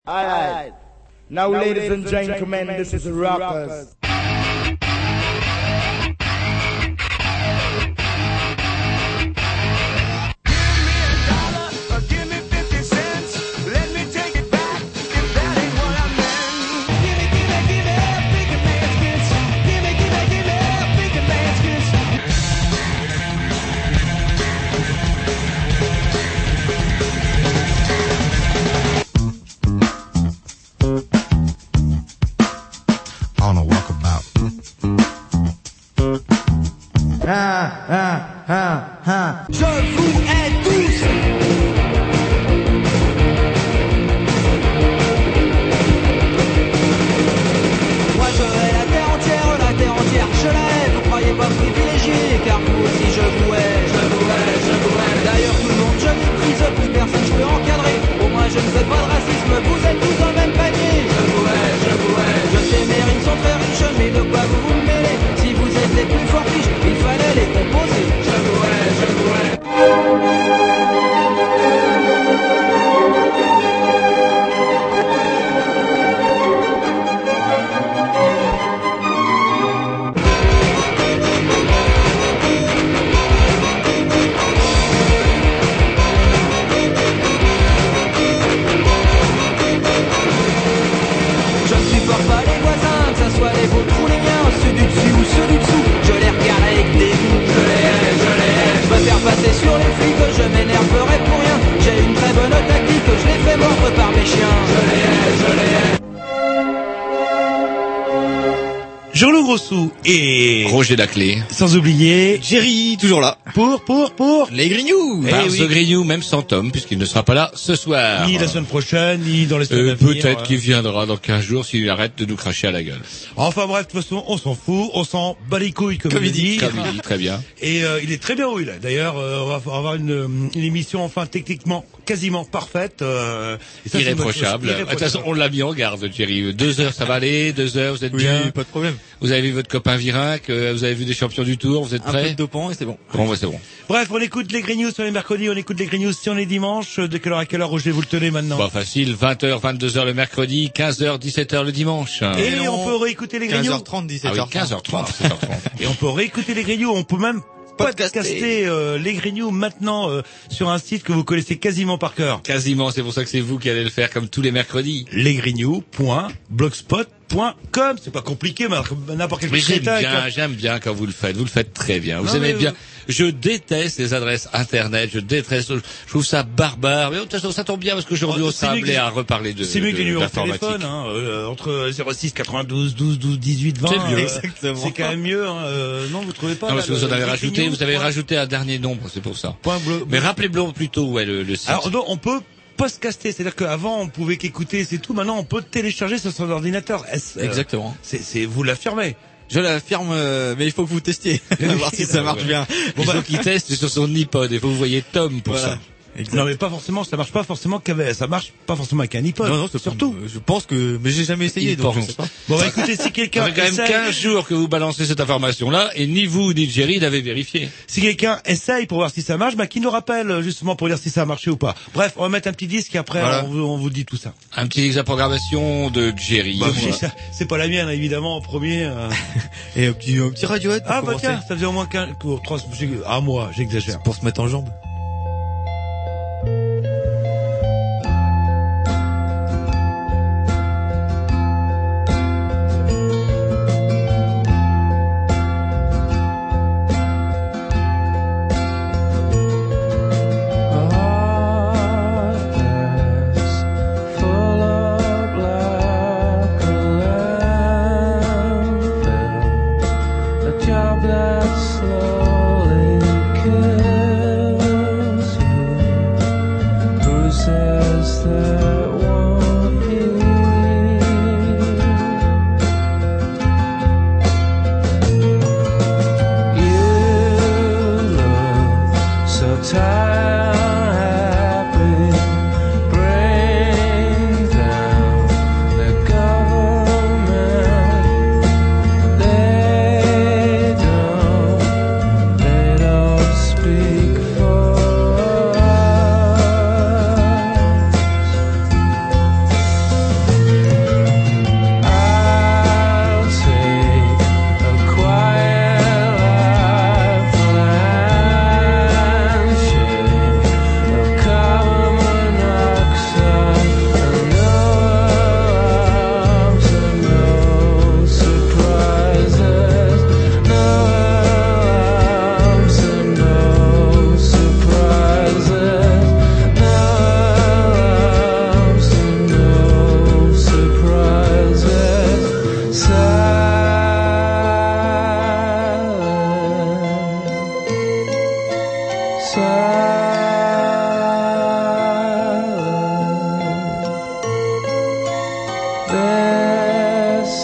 Alright. Now, ladies and gentlemen, this is Rockers. Je vous hais tous. Moi je hais la terre entière, je la hais. Vous croyez pas privilégié, car vous aussi je vous hais. Je vous hais. D'ailleurs tout le monde je méprise, plus personne je peux encadrer. Au moins je ne fais pas de racisme, vous êtes tous dans le même panier. Je vous hais. Je sais mes rimes sont très riches, mais de quoi vous vous mêlez? Si vous êtes les plus forts riches, il fallait les composer. Je vous hais. Je ne supporte pas les voisins, que ça soit les vôtres ou les miens, ceux du dessus ou ceux du dessous, je les regarde avec dégoût. Je les hais. Je me faire passer sur les flics, je m'énerverai pour rien. J'ai une très bonne tactique, je les fais mordre par mes chiens. Je les hais. Jean-Loup Grossou et Roger Laclé. sans oublier Jerry, toujours là. pour Les Grignoux. Eh Par oui. The Grignou, même sans Tom, puisqu'il ne sera pas là ce soir. ni la semaine prochaine, ni dans les semaines à venir. Peut-être qu'il viendra dans 15 jours s'il arrête de nous cracher à la gueule. Enfin bref, de toute façon, on s'en fout, on s'en bat les couilles comme il dit. Comme il dit, très bien. Et il est très bien où il est. D'ailleurs, on va avoir une émission enfin techniquement quasiment parfaite. Et ça, c'est Irréprochable. De toute façon, on l'a mis en garde, Jerry. 2 heures, ça va aller. 2 heures, vous êtes Oui, bien. pas de problème. Vous avez vu votre copain Virinck, vous avez vu des champions du Tour, vous êtes Un peu de prêts? dopant et c'est bon. Bon, ouais, c'est bon. Bref, on écoute les Grignoux sur les mercredis, on écoute les Grignoux si on est dimanche. De quelle heure à quelle heure, Roger, vous le tenez maintenant? Bah, facile. 20h, 22h le mercredi, 15h, 17h le dimanche. Et on peut réécouter les Grignoux. 15h30, 17h30. Ah oui, 15h30, 17h30. Et on peut réécouter les Grignoux, on peut même podcaster les Grignoux maintenant sur un site que vous connaissez quasiment par cœur. Quasiment, c'est pour ça que c'est vous qui allez le faire comme tous les mercredis. lesgrignoux.blogspot.com. C'est pas compliqué, mais n'importe quel Mais crétin. j'aime bien quand vous le faites. Vous le faites très bien. Vous Non, aimez mais bien. Je déteste les adresses internet. Je trouve ça barbare. Mais de toute façon, ça tombe bien parce qu'aujourd'hui, on C'est sera mieux amené que- à reparler de C'est mieux que les numéros de d'informatique. téléphone, hein, entre 06 92 12 12 18 20. C'est mieux. Exactement. C'est quand même mieux, hein, non, vous trouvez pas? Non, là, parce que vous en le avez rajouté, Grignoux vous avez rajouté un dernier nombre, c'est pour ça. point bleu- Mais rappelez-moi plutôt, ouais, le site. Alors, donc, on peut podcaster, c'est-à-dire qu'avant, on pouvait qu'écouter, c'est tout. Maintenant, on peut télécharger sur son ordinateur. Exactement. C'est, vous l'affirmez. Je l'affirme, mais il faut que vous testiez. On va voir si ça marche bien. Il faut qu'il teste sur son iPod et vous voyez Tom pour Voilà. ça. Non, mais pas forcément, ça marche pas forcément qu'avec, ça marche pas forcément avec un iPod. Non, c'est surtout. Je pense que, mais j'ai jamais essayé, Il donc je pense. sais pas. Bon, bah, écoutez, si Ça quelqu'un fait quand même essaye, 15 jours que vous balancez cette information-là et ni vous ni Jerry n'avez vérifié. si quelqu'un essaye pour voir si ça marche, bah, qui nous rappelle, justement, pour dire si ça a marché ou pas. Bref, on va mettre un petit disque et après, Voilà. on vous dit tout ça. Un petit examen programmation de Jerry. Bah, Voilà. c'est pas la mienne, évidemment, en premier. Et un petit Radiohead pour Ah, bah, commencer. tiens, ça faisait au moins un mois, j'exagère. Pour se mettre en jambe. Job that slowly kills.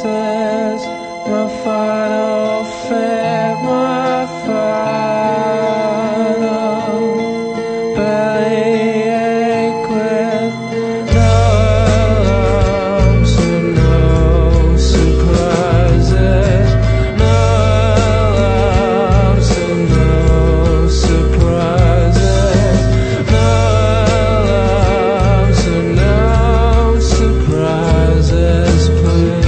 is my final fate, my final bellyache with no alarms and no surprises, no alarms and no surprises, no alarms and no surprises, please.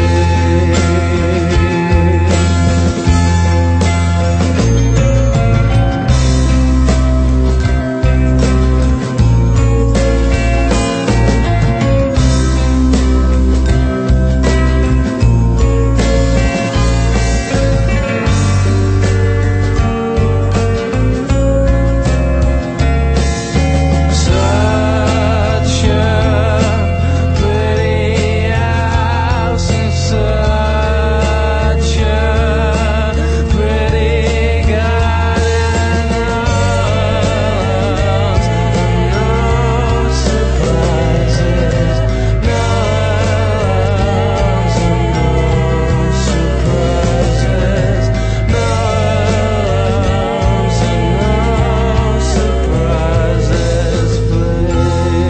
Such a pretty house and such a pretty garden, no surprises, no alarms and no surprises, no alarms and no surprises, please.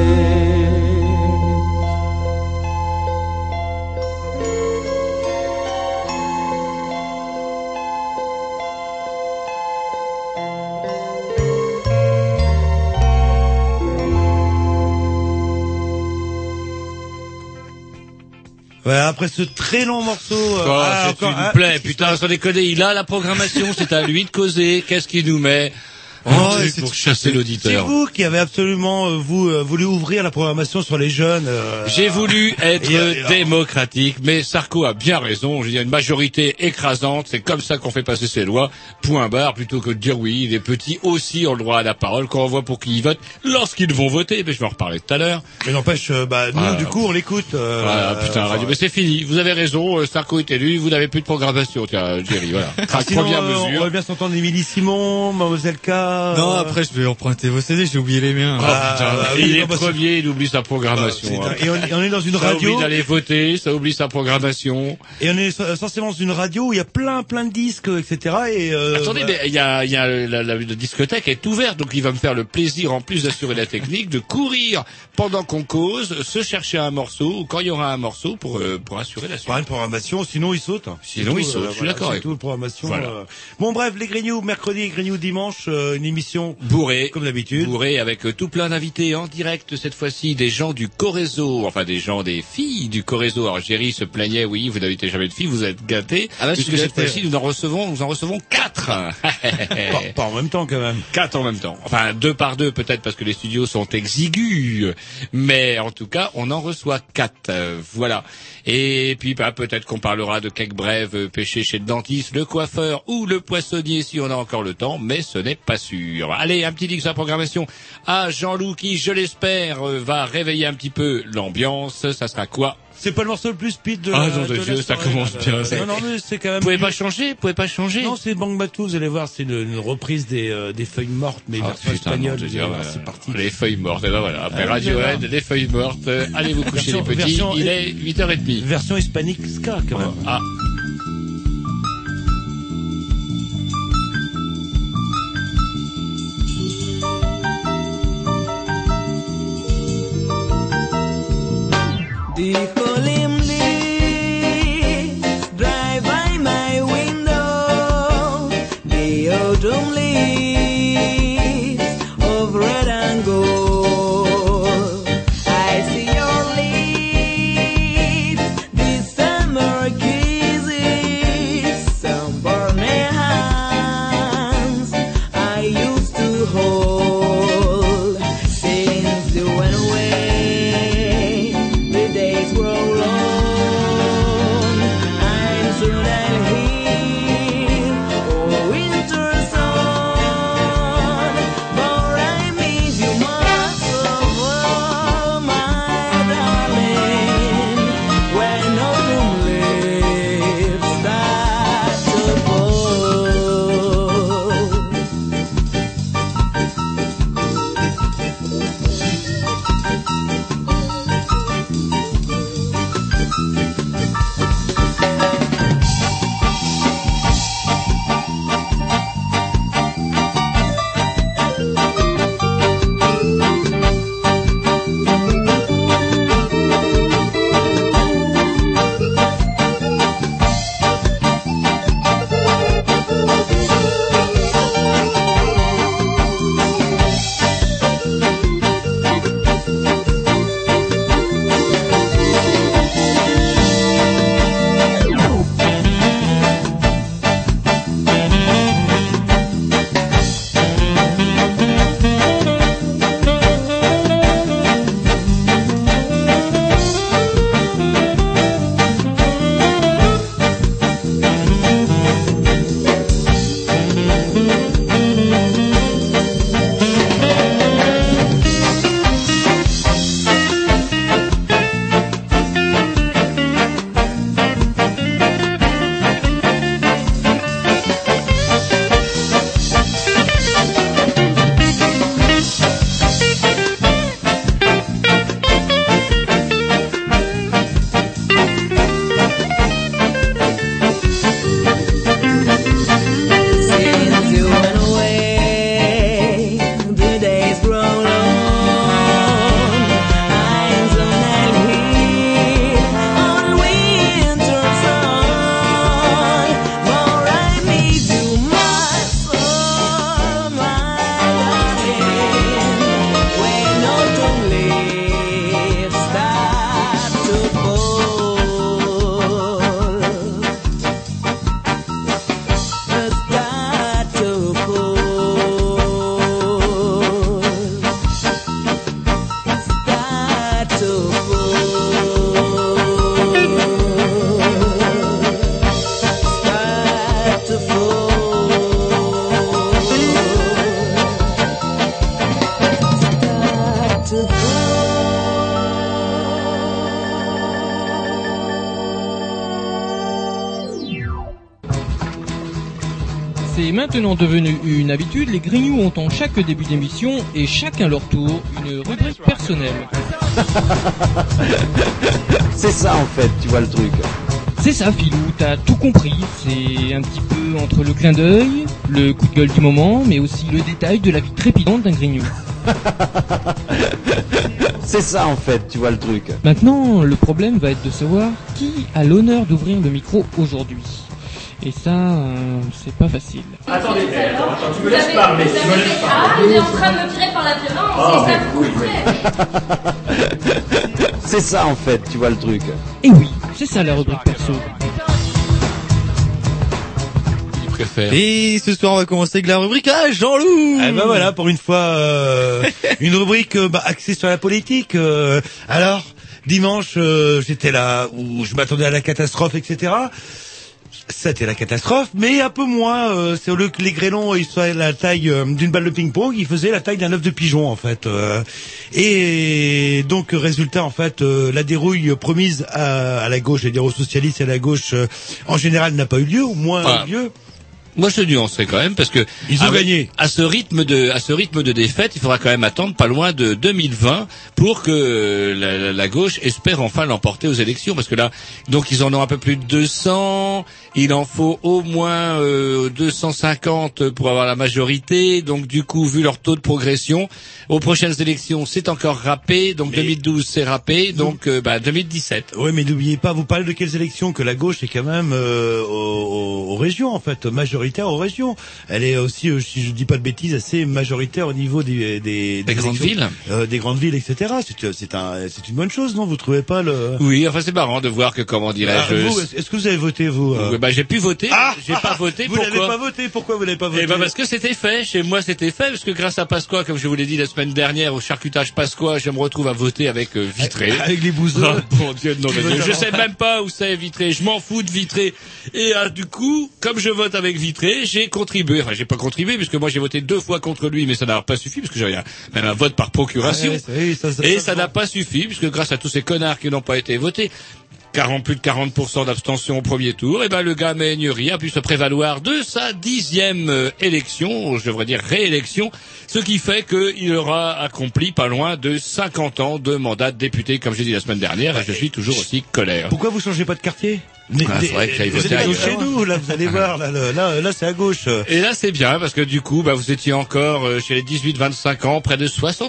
Ouais, après ce très long morceau, C'est une plaie, putain, sans déconner, il a la programmation, c'est à lui de causer, qu'est-ce qu'il nous met? Pour chasser c'est l'auditeur. vous qui avez absolument voulu ouvrir la programmation sur les jeunes. J'ai voulu être Et, démocratique, mais Sarko a bien raison. Il y a une majorité écrasante. C'est comme ça qu'on fait passer ces lois. Point barre. Plutôt que de dire oui, les petits aussi ont le droit à la parole quand on voit pour qui ils votent lorsqu'ils vont voter. Mais je vais en reparler tout à l'heure. Mais n'empêche, nous Voilà. du coup on l'écoute. Voilà, putain, radio. Mais c'est fini. Vous avez raison. Sarko est élu. Vous n'avez plus de programmation. Tiens, Jerry, voilà. Sinon, Première on mesure. va bien s'entendre Émilie Simon, Mademoiselle K. Non, après je vais emprunter vos CD, j'ai oublié les miens. Il est premier, il oublie sa programmation. Hein. Et on est dans une Ça radio. oublie d'aller voter, ça oublie sa programmation. Et on est essentiellement dans une radio où il y a plein de disques, etc. Et Attendez, mais il y a la discothèque est ouverte, donc il va me faire le plaisir, en plus d'assurer la technique, de courir pendant qu'on cause, se chercher un morceau, ou quand il y aura un morceau pour assurer la suite. pas une programmation, sinon il saute. Sinon, il saute, je suis d'accord C'est avec tout, une programmation. Voilà. Bon bref, les Grignoux, mercredi et Grignoux dimanche, une émission Bourré. comme d'habitude. Bourré avec tout plein d'invités en direct cette fois-ci, des gens du Corrézo, enfin des filles du Corrézo. Alors Géry se plaignait, oui, vous n'avez jamais de filles, vous êtes gâtés, Ah là, je puisque suis cette gâté. fois-ci nous en recevons 4. Pas en même temps quand même. 4 en même temps. Enfin, 2 par 2 peut-être parce que les studios sont exigus. Mais en tout cas, on en reçoit 4. Voilà. Et puis peut-être qu'on parlera de quelques brèves pêchées chez le dentiste, le coiffeur ou le poissonnier si on a encore le temps, mais ce n'est pas sûr. Allez, un petit link sur la programmation à Jean-Loup qui, je l'espère, va réveiller un petit peu l'ambiance. Ça sera quoi? C'est pas le morceau le plus speed de Ah, la, nom de de Dieu, la ça soirée. commence bien, ça. Non, mais c'est quand même. Vous pouvez pas changer? Non, c'est Bang Batou, vous allez voir, c'est une reprise des feuilles mortes, mais version espagnole. nom de Dieu, Vous allez voir, voilà. c'est parti. Les feuilles mortes, et ben voilà. Après Ah, Radiohead, les feuilles mortes, allez vous coucher les petits, version- il est 8h30. Version hispanique ska quand même. Ah. The falling leaves drive by my window. The autumn leaves of red and gold. I see your lips, the summer kisses, some burning hands I used to hold. Since you went away, the days grow long. C'est maintenant devenu une habitude, les Grignoux ont en chaque début d'émission, et chacun leur tour, une rubrique personnelle. C'est ça en fait, tu vois le truc. C'est ça, Philou, t'as tout compris. C'est un petit peu entre le clin d'œil, le coup de gueule du moment, mais aussi le détail de la vie trépidante d'un Grignou. C'est ça en fait, tu vois le truc. Maintenant, le problème va être de savoir qui a l'honneur d'ouvrir le micro aujourd'hui. Et ça, c'est pas facile. Attendez, tu me laisses parler. Ah, il est en train de me tirer par la violence, et ça vous coûterait. C'est ça en fait, tu vois le truc. Et oui, c'est ça la rubrique perso. Et ce soir, on va commencer avec la rubrique Jean-Loup. Ah bah voilà, pour une fois, une rubrique axée sur la politique. Alors, dimanche, j'étais là où je m'attendais à la catastrophe, etc. C'était la catastrophe, mais un peu moins. C'est au lieu que les grêlons ils soient la taille d'une balle de ping-pong, ils faisaient la taille d'un œuf de pigeon en fait. Et donc résultat en fait, la dérouille promise à la gauche, et dire aux socialistes et à la gauche en général n'a pas eu lieu, ou moins eu lieu. Moi, je nuancerais quand même parce que ils ont gagné. À ce rythme de défaite, il faudra quand même attendre pas loin de 2020 pour que la gauche espère enfin l'emporter aux élections, parce que là, donc ils en ont un peu plus de 200. Il en faut au moins 250 pour avoir la majorité. Donc du coup, vu leur taux de progression, aux prochaines élections, c'est encore râpé. Donc 2012, c'est râpé. Donc 2017. Oui, mais n'oubliez pas, vous parlez de quelles élections, que la gauche est quand même aux régions en fait, majoritaire aux régions. Elle est aussi, si je dis pas de bêtises, assez majoritaire au niveau des grandes villes, des grandes villes, etc. C'est une bonne chose, non? Vous trouvez pas le? Oui, enfin c'est marrant de voir que, comment dirais-je. Est-ce que vous avez voté vous? J'ai pu voter. J'ai pas voté. Vous n'avez pas voté. Pourquoi vous n'avez pas voté? Parce que c'était fait. Chez moi, c'était fait, parce que grâce à Pasqua, comme je vous l'ai dit la semaine dernière, au charcutage Pasqua, je me retrouve à voter avec Vitré. Avec les bouseux. Oh, mon Dieu, non, je sais même pas où c'est Vitré. Je m'en fous de Vitré. Et du coup, comme je vote avec Vitré, j'ai contribué. Enfin, j'ai pas contribué, puisque moi j'ai voté 2 fois contre lui, mais ça n'a pas suffi, parce que j'avais même un vote par procuration. Ça n'a pas suffi, puisque grâce à tous ces connards qui n'ont pas été votés, plus de 40% d'abstention au premier tour, et le gars Méhaignerie a pu se prévaloir de sa 10e élection, je devrais dire réélection, ce qui fait qu'il aura accompli pas loin de 50 ans de mandat de député, comme j'ai dit la semaine dernière, et je suis toujours aussi colère. Pourquoi vous changez pas de quartier? C'est vrai que j'aille voter ailleurs. Chez nous, là, vous allez voir, là, c'est à gauche. Et là, c'est bien, parce que du coup, vous étiez encore chez les 18-25 ans, près de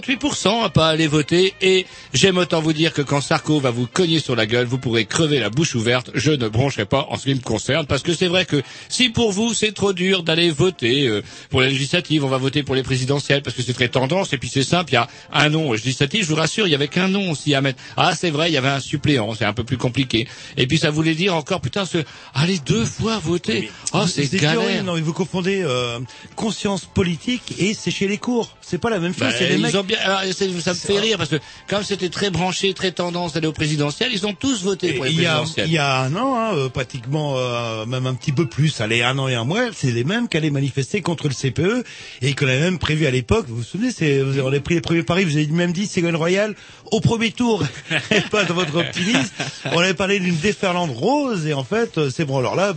68% à pas aller voter, et j'aime autant vous dire que quand Sarko va vous cogner sur la gueule, vous pourrez crever la bouche ouverte, je ne broncherai pas en ce qui me concerne, parce que c'est vrai que si pour vous, c'est trop dur d'aller voter pour les législatives, on va voter pour les présidentielles, parce que c'est très tendance, et puis c'est simple, il y a un nom législatif, je vous rassure, il y avait qu'un nom aussi à mettre. Ah, c'est vrai, il y avait un suppléant, c'est un peu plus compliqué. Et puis ça voulait dire encore, putain, allez 2 fois voter. C'est galère. Non, mais vous confondez conscience politique et sécher les cours. C'est pas la même chose. C'est les mecs. Ça me fait rire, parce que comme c'était très branché, très tendance d'aller au présidentiel, ils ont tous voté pour les présidentielles. Il y a un an, pratiquement, même un petit peu plus, allez, 1 an et 1 mois, c'est les mêmes qui allaient manifester contre le CPE et qu'on avait même prévu à l'époque. Vous vous souvenez, on avait pris les premiers paris, vous avez même dit Ségolène Royal au premier tour. Et pas dans votre optimisme. On avait parlé d'une déferlante rose. Et en fait, ces branleurs-là,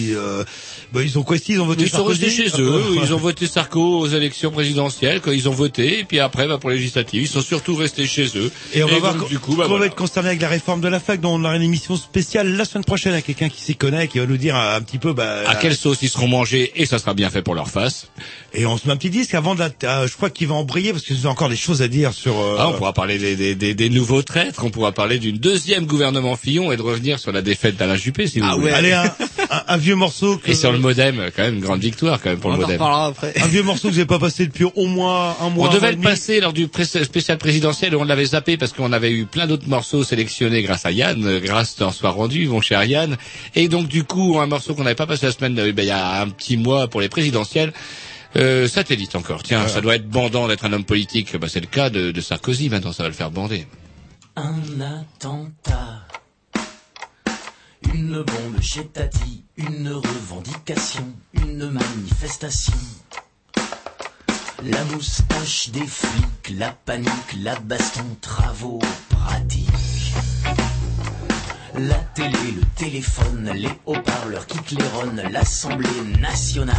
ils ont quoi ici? Ils ont voté Sarkozy. Ils sont restés chez eux. Ils ont voté Sarko aux élections présidentielles. Quand ils ont voté, et puis après, pour les législatives, ils sont surtout restés chez eux. Et on va voir qu'on va être concerné avec la réforme de la fac, dont on aura une émission spéciale la semaine prochaine à quelqu'un qui s'y connaît, qui va nous dire un petit peu, à quelle sauce ils seront mangés, et ça sera bien fait pour leur face. Et on se met un petit disque avant je crois qu'il va embrayer, parce qu'il y a encore des choses à dire sur, on pourra parler des nouveaux traîtres, on pourra parler d'une 2e gouvernement Fillon et de revenir sur la défaite d'Alain Juppé, si vous voulez. Allez, un vieux morceau que... Et sur le modem, quand même, une grande victoire, quand même, pour le modem. On en reparlera après. Un vieux morceau que j'ai pas passé depuis au moins un mois. On devait le passer lors du spécial présidentiel, on l'avait zappé parce qu'on avait eu plein d'autres morceaux sélectionnés grâce à Yann, grâce d'en soit rendu, mon cher Yann. Et donc, du coup, un morceau qu'on n'avait pas passé la semaine, il y a un petit mois pour les présidentielles, satellite encore. Tiens, ça doit être bandant d'être un homme politique. Bah, c'est le cas de Sarkozy, maintenant, ça va le faire bander. Un attentat, une bombe chez Tati, une revendication, une manifestation. La moustache des flics, la panique, la baston, travaux pratiques. La télé, le téléphone, les haut-parleurs qui claironnent, l'Assemblée nationale.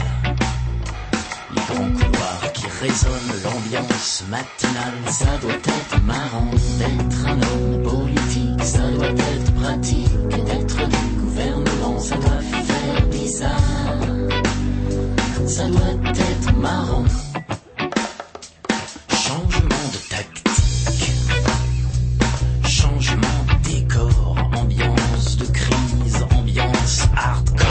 Les grands couloirs qui résonnent, l'ambiance matinale. Ça doit être marrant d'être un homme politique, ça doit être pratique d'être du gouvernement, ça doit faire bizarre, ça doit être marrant. Changement de tactique, changement de décor, ambiance de crise, ambiance hardcore.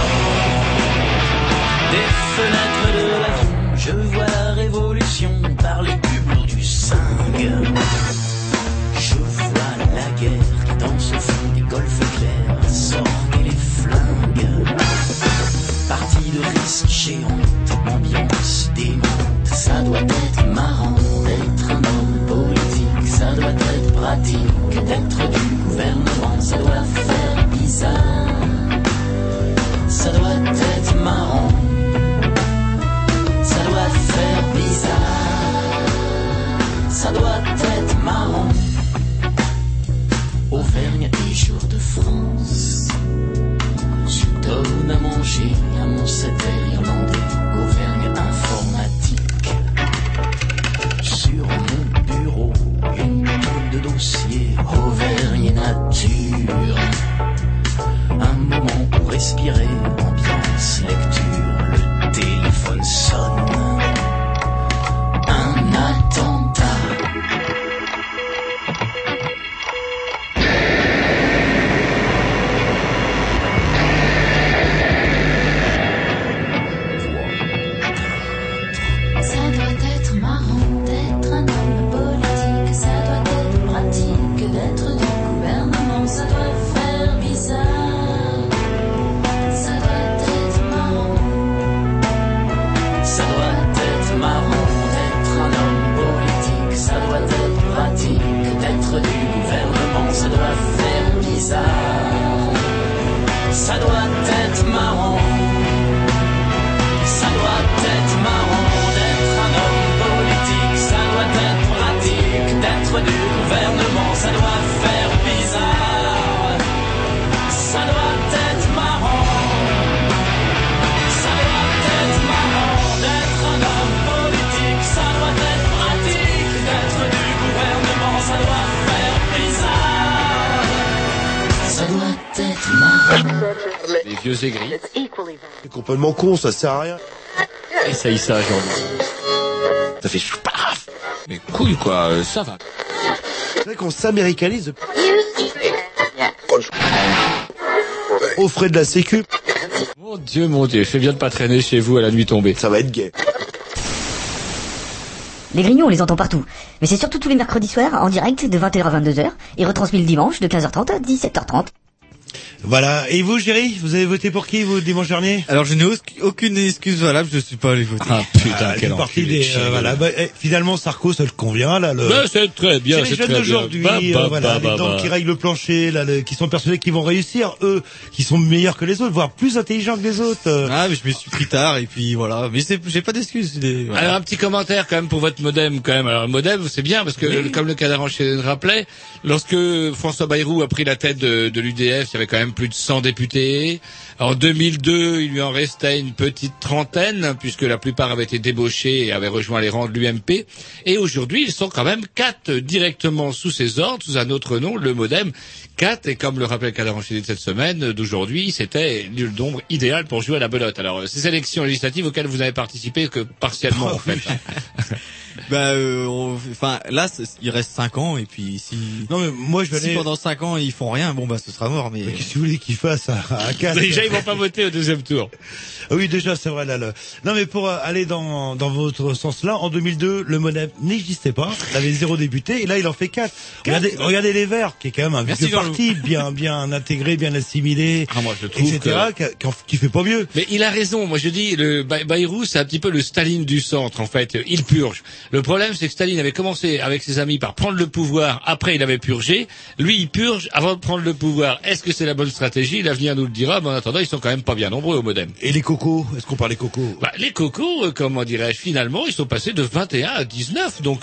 Des fenêtres de l'avion, je vois la révolution par les hublots du Singue. Je vois la guerre qui danse au fond des golfes clairs, sortez les flingues. Partie de risque géante, ambiance démente, ça doit être marrant d'être un homme politique, ça doit être pratique d'être du gouvernement, ça doit faire bizarre, ça doit être marrant. Ça doit faire bizarre, ça doit être marrant. Auvergne et Jour de France, je donne à manger à mon setter irlandais. Auvergne informatique, sur mon bureau, une tonne de dossiers. Auvergne nature, un moment pour respirer, ambiance lecture, le téléphone sonne. Un attentat. Ça doit être marrant d'être un homme politique, ça doit être pratique d'être du gouvernement, ça doit faire bizarre, ça doit être marrant. Ça doit être marrant d'être un homme politique, ça doit être pratique d'être du gouvernement, ça doit faire bizarre, ça doit être marrant. Ça doit être marrant d'être un homme politique, ça doit être pratique d'être du gouvernement, ça doit faire bizarre, ça doit être marrant. Ça doit être marrant d'être un homme politique, ça doit être pratique d'être du gouvernement, ça doit faire bizarre, ça doit être marrant. Les vieux aigris. C'est complètement con, ça sert à rien. Essaye ça, Jean-Louis. Ça fait paf. Mais couille, quoi, ça va. C'est vrai qu'on s'américanise. Aux frais de la sécu. Mon Dieu, fais bien de pas traîner chez vous à la nuit tombée. Ça va être gay. Les Grignoux, on les entend partout. Mais c'est surtout tous les mercredis soirs, en direct, de 21h à 22h, et retransmis le dimanche, de 15h30 à 17h30. Voilà. Et vous, Géry, vous avez voté pour qui, vous, dimanche dernier? Alors, je n'ai aucune excuse valable, je ne suis pas allé voter. Ah, putain, quel partie des, voilà. Finalement, Sarko, ça le convient, là, Bah, c'est très bien, c'est les jeunes d'aujourd'hui, voilà, les dents qui règlent le plancher, là, qui sont persuadés qu'ils vont réussir, eux, qui sont meilleurs que les autres, voire plus intelligents que les autres. Ah, mais je me suis pris tard, et puis voilà. Mais j'ai pas d'excuses. Voilà. Alors, un petit commentaire, quand même, pour votre modem, quand même. Alors, le modem, c'est bien, parce que, comme le cadre enchaîné rappelait, lorsque François Bayrou a pris la tête de l'UDF, il y avait quand même plus de 100 députés. En 2002, il lui en restait une petite trentaine, puisque la plupart avaient été débauchés et avaient rejoint les rangs de l'UMP. Et aujourd'hui, ils sont quand même 4 directement sous ses ordres, sous un autre nom, le modem. 4, et comme le rappelait le cadre enchaîné de cette semaine, d'aujourd'hui, c'était l'île d'ombre idéale pour jouer à la belote. Alors, ces élections législatives auxquelles vous avez participé que partiellement, en fait. Enfin, là, il reste 5 ans et puis si. Non mais moi je vais si aller. pendant 5 ans ils font rien, bon bah ce sera mort. Mais Qu'est-ce que vous voulez qu'ils fassent à 4 Déjà, ils vont pas voter au deuxième tour. Ah oui, déjà, c'est vrai, là, non, mais pour aller dans votre sens-là, en 2002, le MoDem n'existait pas. Il avait 0 député, et là, il en fait 4. Regardez les Verts, qui est quand même un vieux parti, bien intégré, bien assimilé, moi, je trouve etc., qui fait pas mieux. Mais il a raison. Moi, je dis, le Bayrou, c'est un petit peu le Staline du centre, en fait. Il purge. Le problème, c'est que Staline avait commencé avec ses amis par prendre le pouvoir. Après, il avait purgé. Lui, il purge avant de prendre le pouvoir. Est-ce que c'est la bonne stratégie? L'avenir nous le dira. Mais en attendant, ils sont quand même pas bien nombreux au MoDem. Et les cocos? Est-ce qu'on parle des cocos? Les cocos, comment dirais-je, finalement, ils sont passés de 21 à 19. Donc,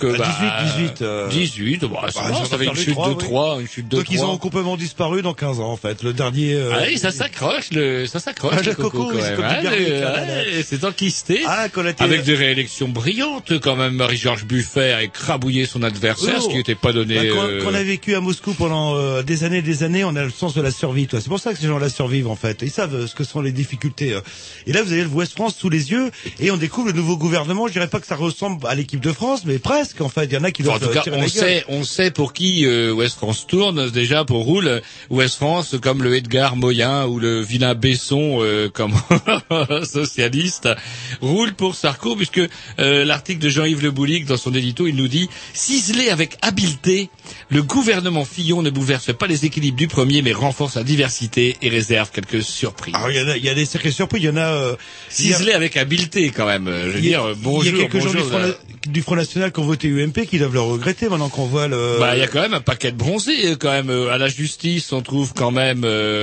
18. Ça fait une chute de 3, une chute de 3. Donc, ils ont complètement disparu dans 15 ans, en fait. Le dernier, oui, ça s'accroche, le coco, quand même. C'est enquisté. Avec des réélections brillantes, quand même. Marie-Georges Buffet a écrabouillé son adversaire, ce qui n'était pas donné. Quand on a vécu à Moscou pendant des années, on a le sens de la survie, toi. C'est pour ça que ces gens-là survivent, en fait. Ils savent ce que sont les difficultés. Et là, vous avez le Ouest France sous les yeux, et on découvre le nouveau gouvernement. Je dirais pas que ça ressemble à l'équipe de France, mais presque, en fait. Il y en a qui doivent en tout cas, tirer la gueule. on sait pour qui Ouest France tourne. Déjà, pour Roule, Ouest France, comme le Edgar Moyen ou le vilain Besson, comme socialiste, roule pour Sarko, puisque l'article de Jean-Yves Le Boulic, dans son édito, il nous dit « Ciselé avec habileté, le gouvernement Fillon ne bouleverse pas les équilibres du premier, mais renforce la diversité et réserve quelques surprises. » Alors, il y a des sacrées surprises. Il y en a ciselé avec habileté, quand même. Je veux dire, bonjour. Il y a quelques gens du Front National qui ont voté UMP qui doivent le regretter maintenant qu'on voit le... il y a quand même un paquet de bronzés, quand même. À la justice, on trouve quand même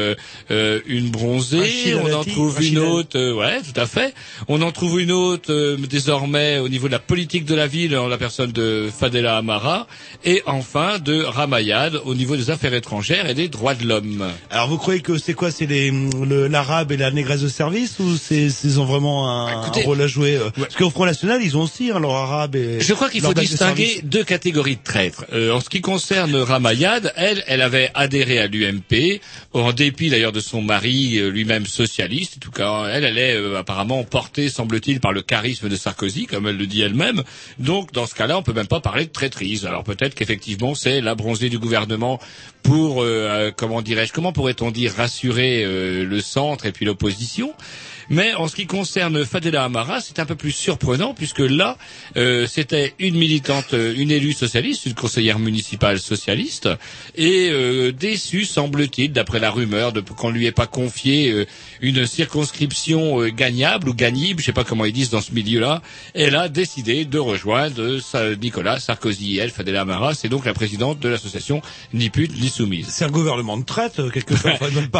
une bronzée. On en trouve une autre. Ouais, tout à fait. On en trouve une autre désormais au niveau de la politique de la ville, en la personne de Fadela Amara, et enfin de Ramayad au niveau des affaires étrangères et des droits de l'homme. Alors vous croyez que c'est quoi? C'est l'arabe et la négresse de service, ou ils ont vraiment un rôle à jouer? Parce qu'au Front National, ils ont aussi leur arabe et... Je crois qu'il faut distinguer deux catégories de traîtres. En ce qui concerne Ramayad, elle avait adhéré à l'UMP, en dépit d'ailleurs de son mari, lui-même socialiste. En tout cas, elle est apparemment portée, semble-t-il, par le charisme de Sarkozy, comme elle le dit elle-même. Donc, dans ce cas-là, on peut même pas parler de traîtrise. Alors peut-être qu'effectivement, c'est la bronzée du gouvernement pour, comment pourrait-on dire, rassurer le centre et puis l'opposition. Mais en ce qui concerne Fadela Amara, c'est un peu plus surprenant, puisque là, c'était une militante, une élue socialiste, une conseillère municipale socialiste, et déçue, semble-t-il, d'après la rumeur, qu'on lui ait pas confié une circonscription gagnable ou gagnable, je sais pas comment ils disent dans ce milieu-là. Elle a décidé de rejoindre Nicolas Sarkozy. Elle, Fadela Amara, c'est donc la présidente de l'association Ni Pute Ni Soumise. C'est un gouvernement de traite, quelque part.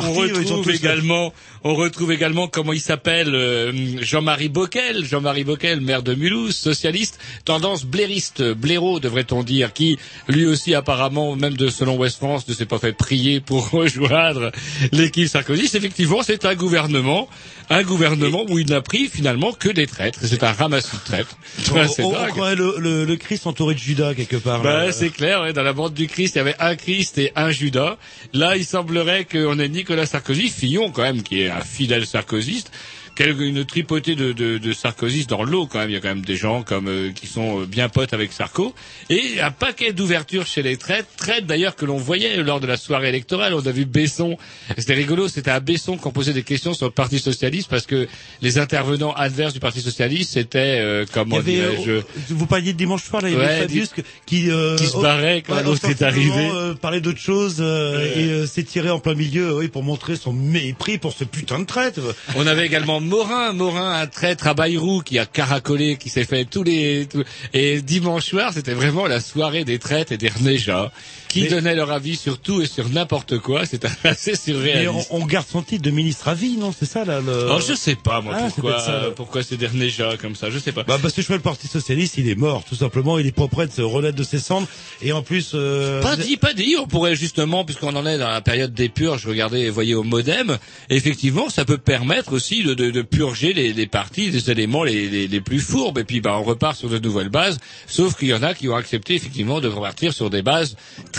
On retrouve également comment il s'appelle Jean-Marie Bockel, maire de Mulhouse, socialiste, tendance blairiste, blaireau devrait-on dire, qui lui aussi apparemment, même selon Ouest France, ne s'est pas fait prier pour rejoindre l'équipe Sarkozy. Effectivement, c'est un gouvernement où il n'a pris finalement que des traîtres. C'est un ramassis de traîtres. On croirait le Christ entouré de Judas quelque part. C'est clair, dans la bande du Christ, il y avait un Christ et un Judas. Là, il semblerait qu'on ait Nicolas Sarkozy, Fillon quand même, qui est un fidèle sarkozyste, une tripotée de sarkozystes dans l'eau quand même. Il y a quand même des gens qui sont bien potes avec Sarko, et un paquet d'ouvertures chez les traîtres d'ailleurs que l'on voyait lors de la soirée électorale. On a vu Besson, c'était rigolo, c'était à Besson qu'on posait des questions sur le Parti socialiste, parce que les intervenants adverses du Parti socialiste c'était vous parliez de dimanche soir, là, il y avait Fabius qui se barrait quand l'autre est arrivé, parlait d'autre chose et s'est tiré en plein milieu, pour montrer son mépris pour ce putain de traître. On avait également Morin, un traître à Bayrou qui a caracolé, qui s'est fait et dimanche soir, c'était vraiment la soirée des traîtres et des renégats qui donnaient leur avis sur tout et sur n'importe quoi. C'était assez surréaliste. Mais on garde son titre de ministre à vie, non? C'est ça, là, Alors, je sais pas, moi, pourquoi c'est des renégats comme ça, je sais pas. Parce que je vois le Parti socialiste, il est mort, tout simplement, il est pas prêt de se renaître de ses cendres, et en plus, Pas dit, on pourrait justement, puisqu'on en est dans la période des purges, voyez au MoDem, effectivement, ça peut permettre aussi de purger les partis, des éléments les plus fourbes, et puis, on repart sur de nouvelles bases, sauf qu'il y en a qui ont accepté, effectivement, de repartir sur des bases très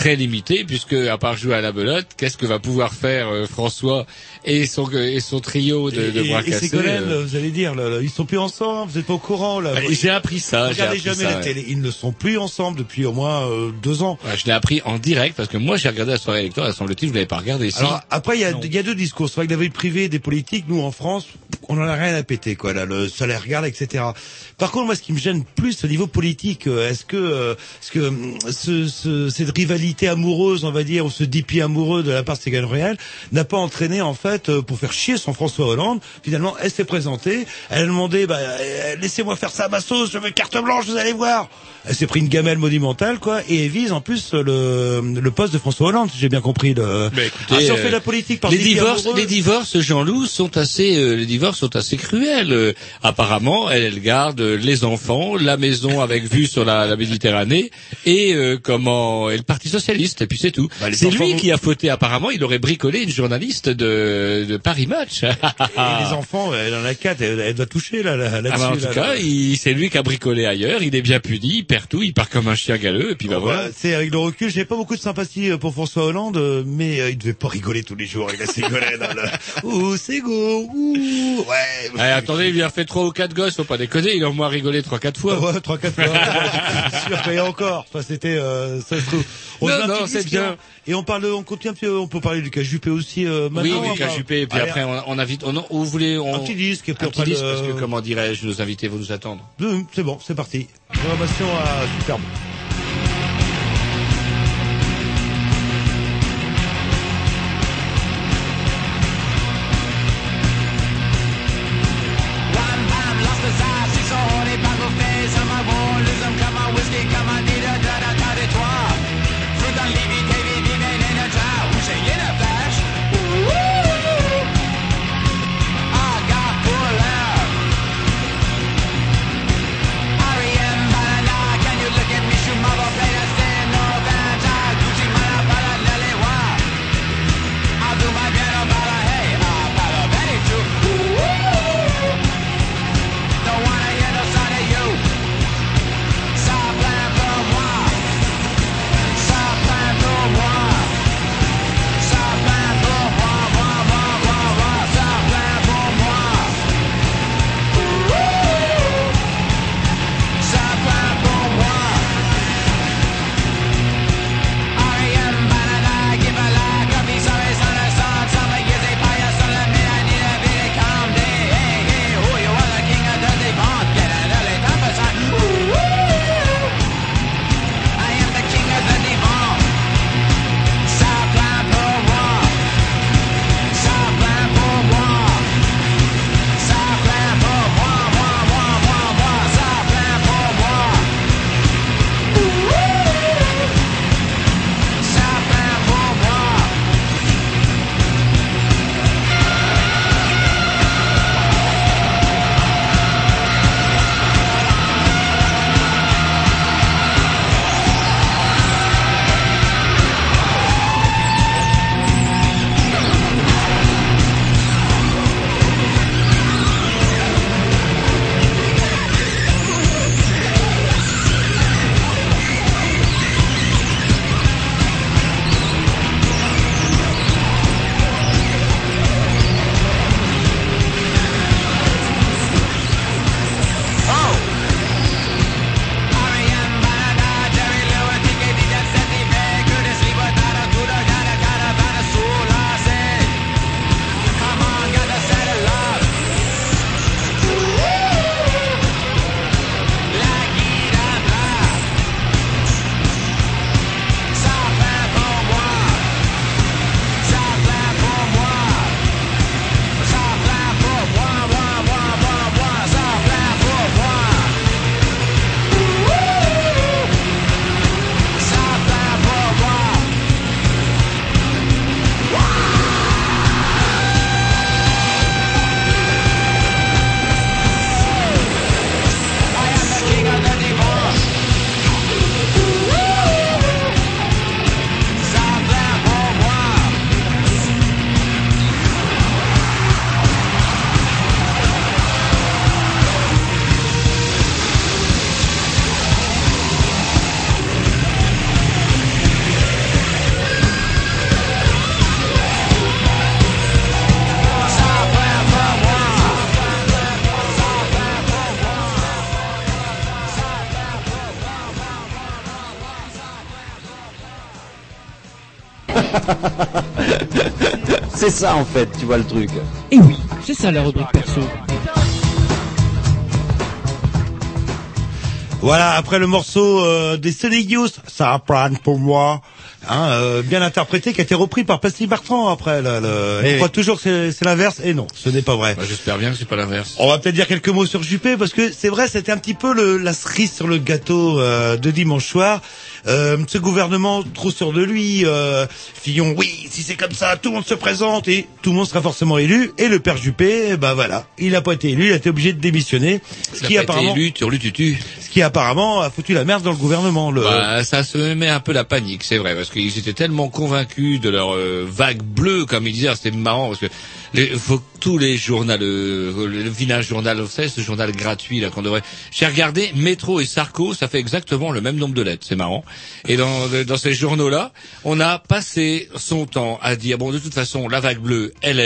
très limité, puisque à part jouer à la belote, qu'est-ce que va pouvoir faire François et son trio de bras et cassés. Ségolène, vous allez dire, là, ils sont plus ensemble, vous êtes pas au courant là. J'ai appris ça. Regardez jamais la télé, ils ne sont plus ensemble depuis au moins 2 ans. Ouais, je l'ai appris en direct parce que moi j'ai regardé la soirée électorale, semble-t-il, vous l'avez pas regardé. Si. Alors après il y a deux discours. C'est vrai que la vie privée des politiques, nous en France, on en a rien à péter quoi. Là, le salaire regarde, etc. Par contre, moi, ce qui me gêne plus au niveau politique, est-ce que cette rivalité amoureuse, on va dire, ou ce dépit amoureux de la part de Ségolène Royal n'a pas entraîné en fait pour faire chier son François Hollande. Finalement, elle s'est présentée, elle a demandé, laissez-moi faire ça à ma sauce, je veux carte blanche, vous allez voir. Elle s'est pris une gamelle monumentale, quoi, et elle vise en plus le poste de François Hollande, si j'ai bien compris. Écoutez, si on fait la politique par les divorces, Jean-Loup, sont assez cruels. Apparemment, elle garde les enfants, la maison avec vue sur la Méditerranée et le Parti socialiste, et puis c'est tout. C'est lui qui a fauté. Apparemment, il aurait bricolé une journaliste de Paris Match. Et les enfants, elle en a 4, elle doit toucher là-dessus. En tout cas, c'est lui qui a bricolé ailleurs. Il est bien puni, il perd tout, il part comme un chien galeux, et puis voilà. C'est avec le recul, j'ai pas beaucoup de sympathie pour François Hollande, mais il devait pas rigoler tous les jours avec la Ségolène. Ouh, Ségo, ouh, ouais. Allez, attendez, il lui a fait 3 ou 4 gosses, faut pas déconner, il a au moins rigolé 3-4 fois. Ouais, 3-4 fois. Je suis sûr qu'il y a encore. Enfin, c'était, ça se trouve. Non, c'est bien. Et on continue un petit peu, on peut parler du cas Juppé aussi, maintenant. Oui, du cas Juppé, et puis après, on invite, vous voulez, un petit disque, et puis parce que, comment dirais-je, nos invités vont nous attendre. C'est bon, c'est parti. Programmation à superbe. R.E.M. Banana, can you look at me? C'est ça en fait, tu vois le truc. Et oui, c'est ça la rubrique perso. Voilà, après le morceau des Sonic Youth, ça prend pour moi, bien interprété, qui a été repris par Plastic Bertrand après. On croit toujours que c'est l'inverse, et non, ce n'est pas vrai. Bah, j'espère bien que c'est pas l'inverse. On va peut-être dire quelques mots sur Juppé, parce que c'est vrai, c'était un petit peu la cerise sur le gâteau de dimanche soir. Ce gouvernement trop sûr de lui, Fillon, oui, si c'est comme ça, tout le monde se présente et tout le monde sera forcément élu. Et le père Juppé, bah voilà, il n'a pas été élu, il a été obligé de démissionner. Ce qui apparemment a foutu la merde dans le gouvernement. Bah, ça se met un peu la panique, c'est vrai, parce qu'ils étaient tellement convaincus de leur vague bleue, comme ils disaient, c'était marrant, parce que faut que tous les journaux, le Village Journal, vous savez, ce journal gratuit là qu'on devrait. J'ai regardé Métro et Sarko, ça fait exactement le même nombre de lettres, c'est marrant. Et dans ces journaux-là, on a passé son temps à dire bon, de toute façon, la vague bleue, elle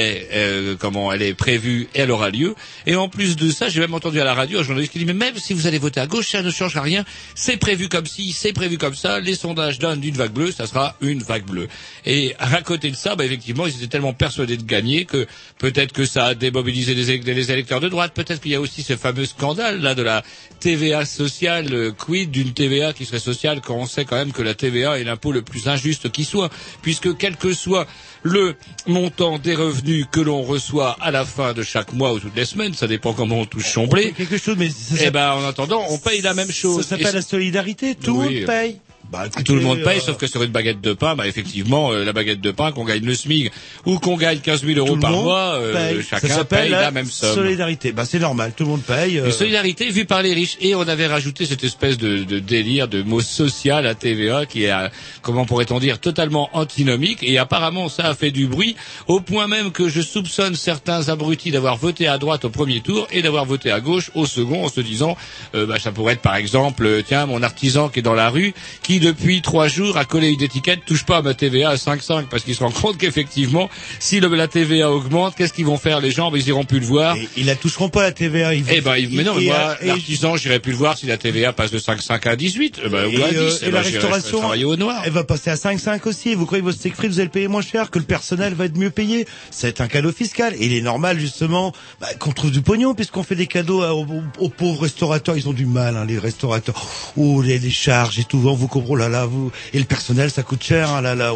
est prévue et elle aura lieu. Et en plus de ça, j'ai même entendu à la radio un journaliste qui dit mais même si vous allez voter à gauche, ça ne changera rien. C'est prévu comme ci, c'est prévu comme ça. Les sondages donnent une vague bleue, ça sera une vague bleue. Et à côté de ça, bah effectivement, ils étaient tellement persuadés de gagner que peut-être que ça a démobilisé les électeurs de droite. Peut-être qu'il y a aussi ce fameux scandale là de la TVA sociale. Quid d'une TVA qui serait sociale quand on sait quand même que la TVA est l'impôt le plus injuste qui soit, puisque quel que soit le montant des revenus que l'on reçoit à la fin de chaque mois ou toutes les semaines, ça dépend comment on touche son blé. Quelque chose, mais en attendant, on paye la même chose. Ça s'appelle la solidarité, tout le monde paye. Bah, écoutez, tout le monde paye, sauf que sur une baguette de pain, bah effectivement, la baguette de pain, qu'on gagne le SMIC ou qu'on gagne 15 000 euros par mois, chacun paye la même somme. Solidarité, bah c'est normal, tout le monde paye. Une solidarité vue par les riches. Et on avait rajouté cette espèce de délire, de mot social à TVA qui est, comment pourrait-on dire, totalement antinomique. Et apparemment, ça a fait du bruit, au point même que je soupçonne certains abrutis d'avoir voté à droite au premier tour et d'avoir voté à gauche au second, en se disant, ça pourrait être par exemple, tiens, mon artisan qui est dans la rue, qui depuis 3 jours a collé une étiquette touche pas à ma TVA à 5,5 parce qu'il se rend compte qu'effectivement si la TVA augmente, qu'est-ce qu'ils vont faire les gens? Ils iront plus le voir. Et ils la toucheront pas la TVA. Mais non, moi l'artisan, j'irai plus le voir si la TVA passe de 5,5 à 18 ou à 10. Et la restauration, travailler au noir. Elle va passer à 5,5 aussi. Vous croyez que votre steak frites vous allez le payer moins cher, que le personnel va être mieux payé? C'est un cadeau fiscal. Et il est normal justement qu'on trouve du pognon puisqu'on fait des cadeaux aux pauvres restaurateurs. Ils ont du mal, les restaurateurs. Oh les charges et tout. Vous comprenez. Oh là là, et le personnel, ça coûte cher, oh là là,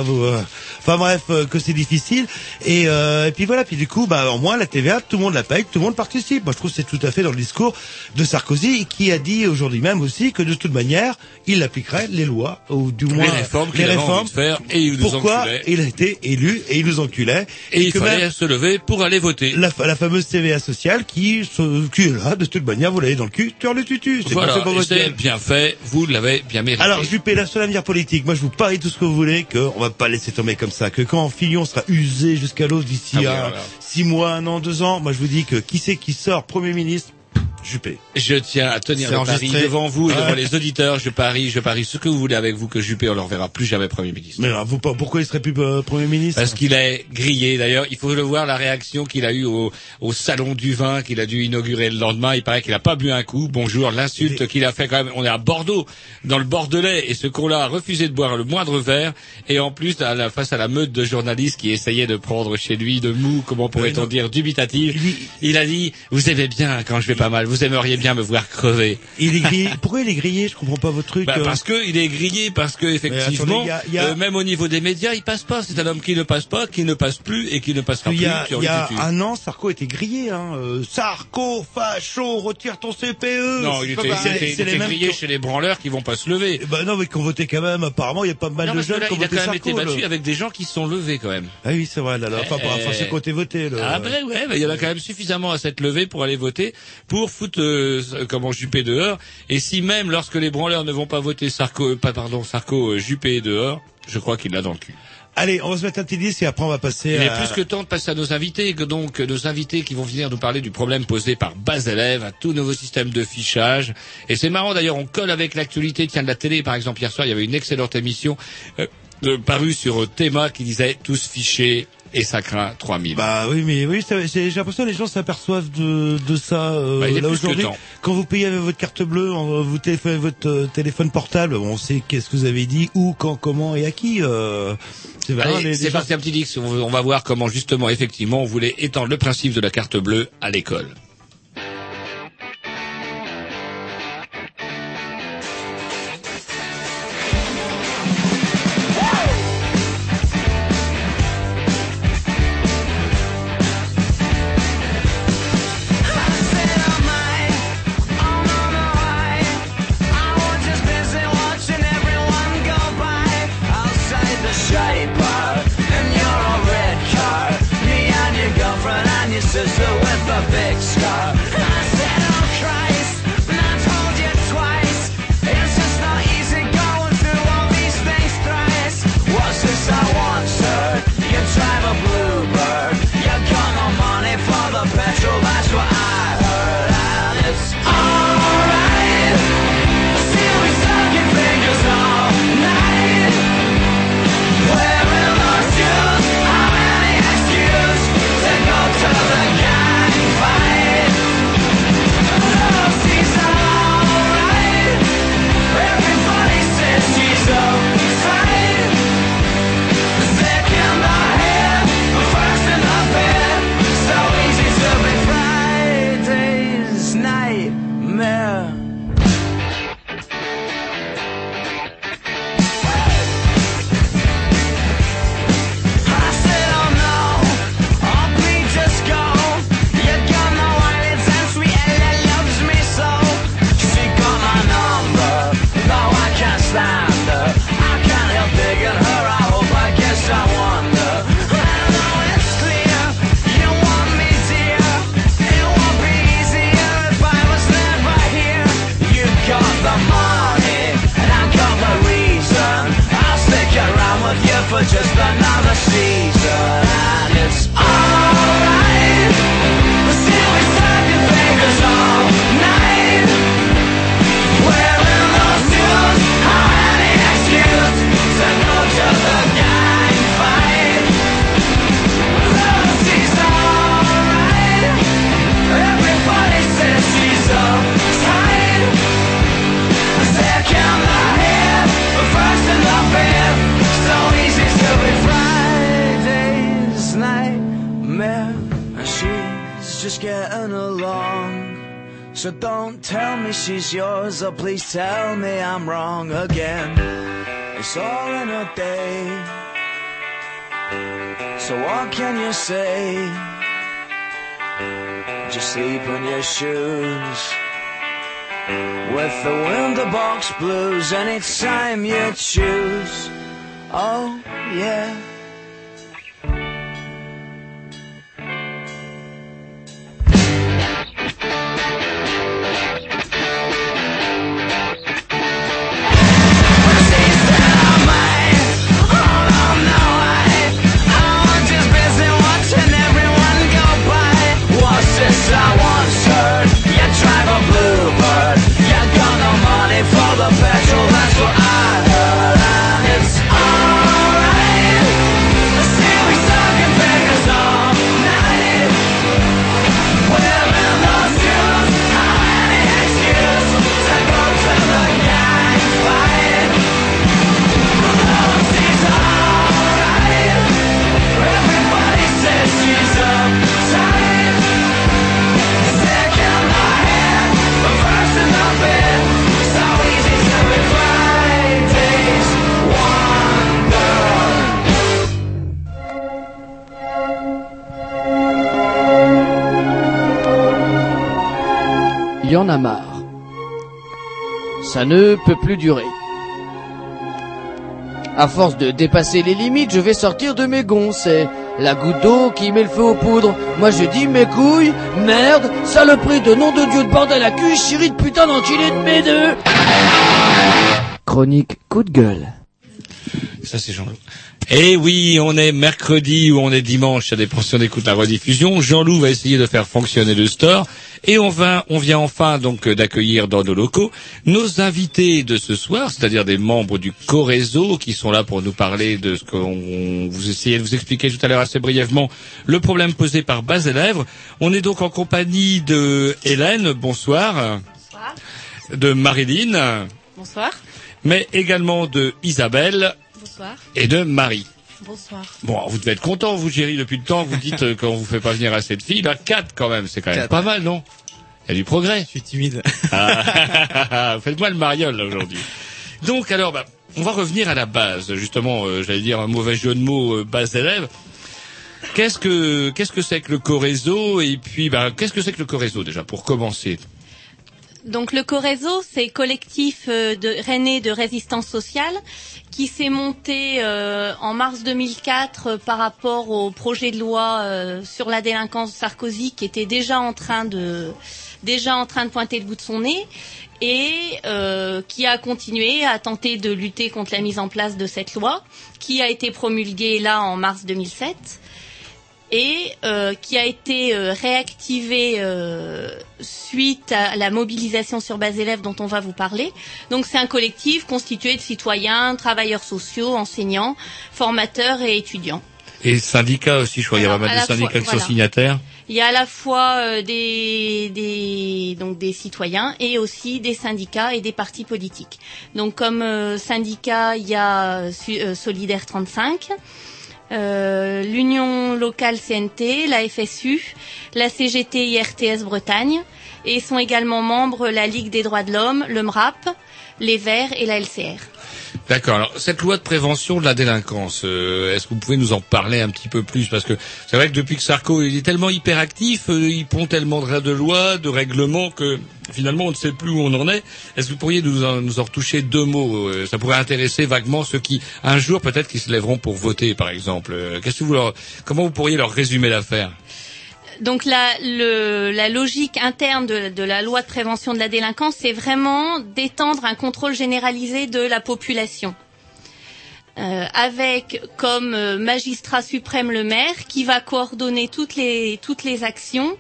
enfin bref, que c'est difficile. Et puis voilà, puis du coup, au moins la TVA, tout le monde la paye, tout le monde participe. Moi, je trouve que c'est tout à fait dans le discours de Sarkozy, qui a dit aujourd'hui même aussi que de toute manière, il appliquerait les lois, ou du moins les réformes qu'il avait envie de faire, et il nous pourquoi enculait. Il a été élu et il nous enculait. Et il fallait se lever pour aller voter. La fameuse TVA sociale qui est là, de toute manière, vous l'avez dans le cul, tu le tutu. Voilà, c'est bien fait, vous l'avez bien mérité. Alors, Juppé, la seule avenir politique, moi je vous parie tout ce que vous voulez, qu'on va pas laisser tomber comme ça, que quand Fillon sera usé jusqu'à l'os d'ici 6 mois, 1 an, 2 ans, moi je vous dis que qui c'est qui sort Premier ministre? Juppé. Je tiens à tenir le pari devant vous et devant les auditeurs. Je parie ce que vous voulez avec vous que Juppé, on ne le reverra plus jamais Premier ministre. Mais alors, pourquoi il serait plus Premier ministre? Parce qu'il est grillé. D'ailleurs, il faut le voir, la réaction qu'il a eue au salon du vin qu'il a dû inaugurer le lendemain. Il paraît qu'il a pas bu un coup. Bonjour, l'insulte qu'il a fait quand même. On est à Bordeaux, dans le Bordelais, et ce con-là a refusé de boire le moindre verre. Et en plus, face à la meute de journalistes qui essayaient de prendre chez lui de mou, comment pourrait-on dire, dubitatif, il a dit, vous aimez bien quand je vais pas mal. Vous aimeriez bien me voir crever. Il est grillé. Pourquoi il est grillé? Je comprends pas votre truc. Parce que il est grillé, parce que effectivement, même au niveau des médias, il passe pas. C'est un homme qui ne passe pas, qui ne passe plus et qui ne passera plus. Il y a 1 an, Sarko était grillé. Sarko, facho, retire ton CPE. Non, il était grillé chez les branleurs qui vont pas se lever. Non, mais qui ont voté quand même. Apparemment, il y a pas mal de jeunes qui ont voté Sarko. Il a quand même été battu avec des gens qui se sont levés quand même. Ah oui, c'est vrai. Enfin, c'est côté voté. Il y en a quand même suffisamment à s'être levé pour aller voter pour foutre Juppé dehors. Et si même lorsque les branleurs ne vont pas voter Sarko, Juppé dehors, je crois qu'il l'a dans le cul. Allez, on va se mettre un petit disque et après on va passer Il est plus que temps de passer à nos invités, nos invités qui vont venir nous parler du problème posé par Bazelev, un tout nouveau système de fichage. Et c'est marrant d'ailleurs, on colle avec l'actualité, de la télé par exemple. Hier soir, il y avait une excellente émission parue sur Théma qui disait tous fichés Et ça craint 3000. Bah oui, mais oui, j'ai l'impression que les gens s'aperçoivent de ça il est là plus que aujourd'hui. temps. Quand vous payez avec votre carte bleue, vous téléphonez avec votre téléphone portable, on sait qu'est-ce que vous avez dit, où, quand, comment et à qui. C'est vrai. Allez, c'est parti un petit Dix. On va voir comment justement, effectivement, on voulait étendre le principe de la carte bleue à l'école. Sister with a big scar. I said, oh Christ, and I told you twice. It's just not easy going through all these things thrice. What's this I once heard? You drive a bluebird. You got no money for the petrol, that's what I heard. And it's alright. Still be sucking fingers all night. Wearing those shoes, how many excuses to go to the gang fight? Love seems alright. Everybody says she's uptight. Sick in the head, first in the bed. So easy to be Friday's nightmare. I said, oh no, oh please just go. You got no eyelids and sweet Ella loves me so. She got my number, though I can't stand her. I can't help digging her, I hope, I guess, I wonder. I know it's clear, you want me dear. It won't be easier if I was never here. You got the money, and I got the reason. I'll stick around with you for just another season. And it's alright. Still be sucking fingers all night. Wearing those shoes, how many excuses to go to the gang fight? Love, she's alright. Everybody says she's uptight. Sick in the head, first in the bed. So easy to be Friday's nightmare. And she's just getting along. So don't tell me she's yours, or please tell me I'm wrong again. It's all in a day. So what can you say? Just sleep in your shoes. With the window box blues anytime you choose. Oh yeah. Petrol, that's what I heard, and it's alright. Still be sucking fingers all night. Wearing those shoes, how many excuses to go to the gang fight? Love seems alright. Everybody says she's uptight. Sick in the head, but first in the bed. So easy to be Friday's wonder. Il y en a marre. Ça ne peut plus durer. À force de dépasser les limites, je vais sortir de mes gonds. C'est la goutte d'eau qui met le feu aux poudres. Moi je dis mes couilles, merde, saloperie de nom de Dieu de bordel à cul, chérie de putain d'enculé de mes deux. Chronique coup de gueule. Ça c'est Jean. Et oui, on est mercredi ou on est dimanche, ça dépend si on écoute la rediffusion. Jean-Loup va essayer de faire fonctionner le store. Et on vient enfin donc d'accueillir dans nos locaux nos invités de ce soir, c'est-à-dire des membres du Corézo qui sont là pour nous parler de ce qu'on vous essayez de vous expliquer tout à l'heure assez brièvement, le problème posé par Bas et Lèvres. On est donc en compagnie de Hélène, bonsoir. Bonsoir. De Marilyn. Bonsoir. Mais également de Isabelle. Bonsoir. Et de Marie. Bonsoir. Bon, vous devez être content, vous, Géry, depuis le temps, vous dites qu'on vous fait pas venir assez de filles. Là, 4 quand même, c'est quand même 4. pas mal, non? Il y a du progrès. Je suis timide. Faites-moi le mariole, là, aujourd'hui. Donc, alors, on va revenir à la base. Justement, j'allais dire un mauvais jeu de mots, base d'élèves. Qu'est-ce que c'est que le Corézo? Et puis, qu'est-ce que c'est que le Corézo, déjà, pour commencer? Donc le Corézo, c'est collectif rennais de résistance sociale qui s'est monté en mars 2004 par rapport au projet de loi sur la délinquance de Sarkozy qui était déjà en train de pointer le bout de son nez et qui a continué à tenter de lutter contre la mise en place de cette loi qui a été promulguée là en mars 2007. Et qui a été réactivé suite à la mobilisation sur base élèves dont on va vous parler. Donc c'est un collectif constitué de citoyens, travailleurs sociaux, enseignants, formateurs et étudiants. Et syndicats aussi, je crois, il y a pas mal de syndicats qui sont signataires. Il y a à la fois des citoyens et aussi des syndicats et des partis politiques. Donc comme syndicat, il y a Solidaire 35. L'Union locale CNT, la FSU, la CGT IRTS Bretagne et sont également membres la Ligue des droits de l'homme, le MRAP, les Verts et la LCR. D'accord. Alors, cette loi de prévention de la délinquance, est-ce que vous pouvez nous en parler un petit peu plus? Parce que c'est vrai que depuis que Sarko il est tellement hyperactif, il pond tellement de lois, de règlements que finalement on ne sait plus où on en est. Est-ce que vous pourriez nous en retoucher 2 mots? Ça pourrait intéresser vaguement ceux qui, un jour peut-être, qui se lèveront pour voter, par exemple. Comment vous pourriez leur résumer l'affaire? Donc la logique interne de la loi de prévention de la délinquance, c'est vraiment d'étendre un contrôle généralisé de la population. Avec comme magistrat suprême le maire qui va coordonner toutes les actions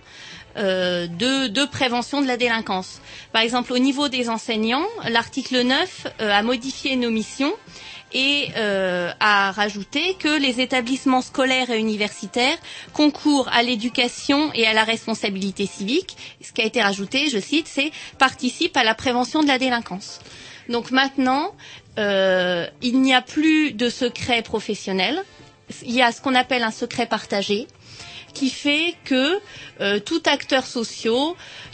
de prévention de la délinquance. Par exemple, au niveau des enseignants, l'article 9 a modifié nos missions et a rajouté que les établissements scolaires et universitaires concourent à l'éducation et à la responsabilité civique. Ce qui a été rajouté, je cite, c'est « participe à la prévention de la délinquance ». Donc maintenant, il n'y a plus de secret professionnel, il y a ce qu'on appelle un secret partagé, qui fait que tout acteur social,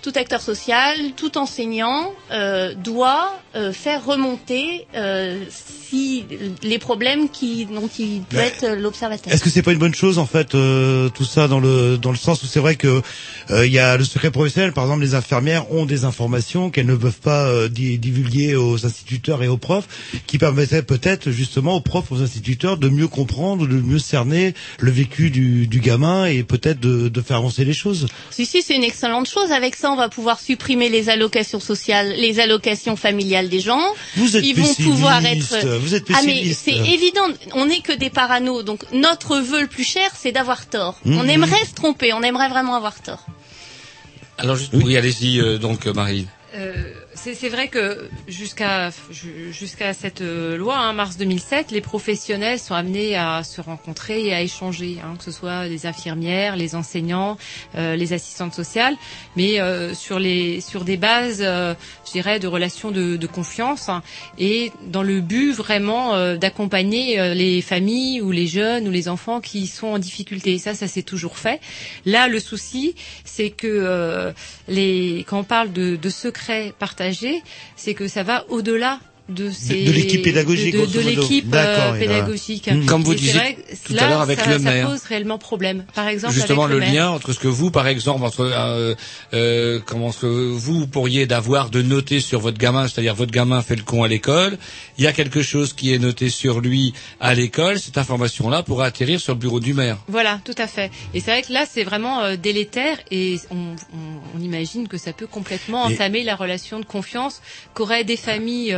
tout enseignant doit faire remonter si les problèmes dont il peut être l'observateur. Est-ce que c'est pas une bonne chose en fait tout ça dans le sens où c'est vrai que il y a le secret professionnel, par exemple les infirmières ont des informations qu'elles ne peuvent pas divulguer aux instituteurs et aux profs, qui permettraient peut-être justement aux profs, aux instituteurs de mieux comprendre, de mieux cerner le vécu du gamin et peut-être de faire avancer les choses. Si, c'est une excellente chose. Avec ça, on va pouvoir supprimer les allocations sociales, les allocations familiales des gens. Vous êtes pessimiste. Vont pouvoir être. Vous êtes pessimiste. Mais c'est évident. On n'est que des parano. Donc notre vœu le plus cher, c'est d'avoir tort. On aimerait se tromper. On aimerait vraiment avoir tort. Alors juste oui, allez-y donc Marie. C'est vrai que jusqu'à cette loi, mars 2007, les professionnels sont amenés à se rencontrer et à échanger, que ce soit les infirmières, les enseignants, les assistantes sociales, mais sur des bases, je dirais, de relations de confiance, et dans le but vraiment d'accompagner les familles ou les jeunes ou les enfants qui sont en difficulté. Ça s'est toujours fait. Là, le souci, c'est que quand on parle de secrets partagés, c'est que ça va au-delà de l'équipe pédagogique, de l'équipe pédagogique. Comme vous disiez tout à l'heure avec le maire. Ça pose réellement problème. Par exemple, justement avec le lien entre ce que vous, par exemple, comment ce que vous pourriez d'avoir de noter sur votre gamin, c'est-à-dire votre gamin fait le con à l'école, il y a quelque chose qui est noté sur lui à l'école, cette information-là pourra atterrir sur le bureau du maire. Voilà, tout à fait. Et c'est vrai que là, c'est vraiment délétère, et on imagine que ça peut complètement entamer la relation de confiance qu'auraient des familles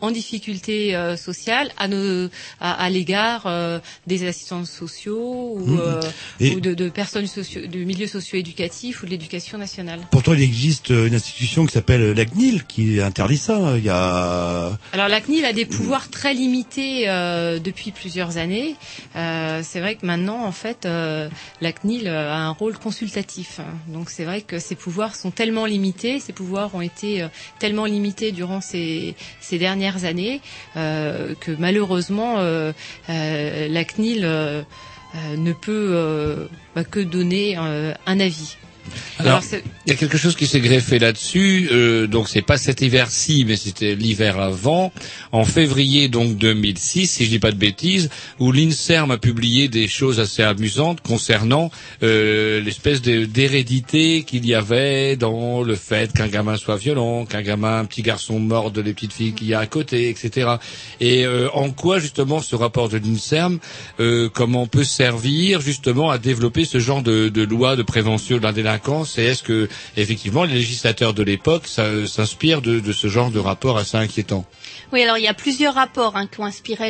en difficulté sociale à l'égard des assistants sociaux ou de personnes de milieux socio-éducatifs ou de l'éducation nationale. Pourtant, il existe une institution qui s'appelle la CNIL qui interdit ça. Il y a... Alors la CNIL a des pouvoirs très limités depuis plusieurs années. C'est vrai que maintenant, en fait, la CNIL a un rôle consultatif. Donc c'est vrai que ses pouvoirs sont tellement limités, ses pouvoirs ont été tellement limités durant ces dernières années que malheureusement la CNIL ne peut que donner un avis. Alors, il y a quelque chose qui s'est greffé là-dessus. Donc, c'est pas cet hiver-ci, mais c'était l'hiver avant, en février donc 2006, si je dis pas de bêtises, où l'INSERM a publié des choses assez amusantes concernant l'espèce d'hérédité qu'il y avait dans le fait qu'un gamin soit violent, un petit garçon morde les petites filles qu'il y a à côté, etc. Et en quoi justement ce rapport de l'INSERM, comment peut servir justement à développer ce genre de loi de prévention de la délinquance, et est-ce que effectivement les législateurs de l'époque s'inspirent de ce genre de rapport assez inquiétant? Oui, alors il y a plusieurs rapports qui ont inspiré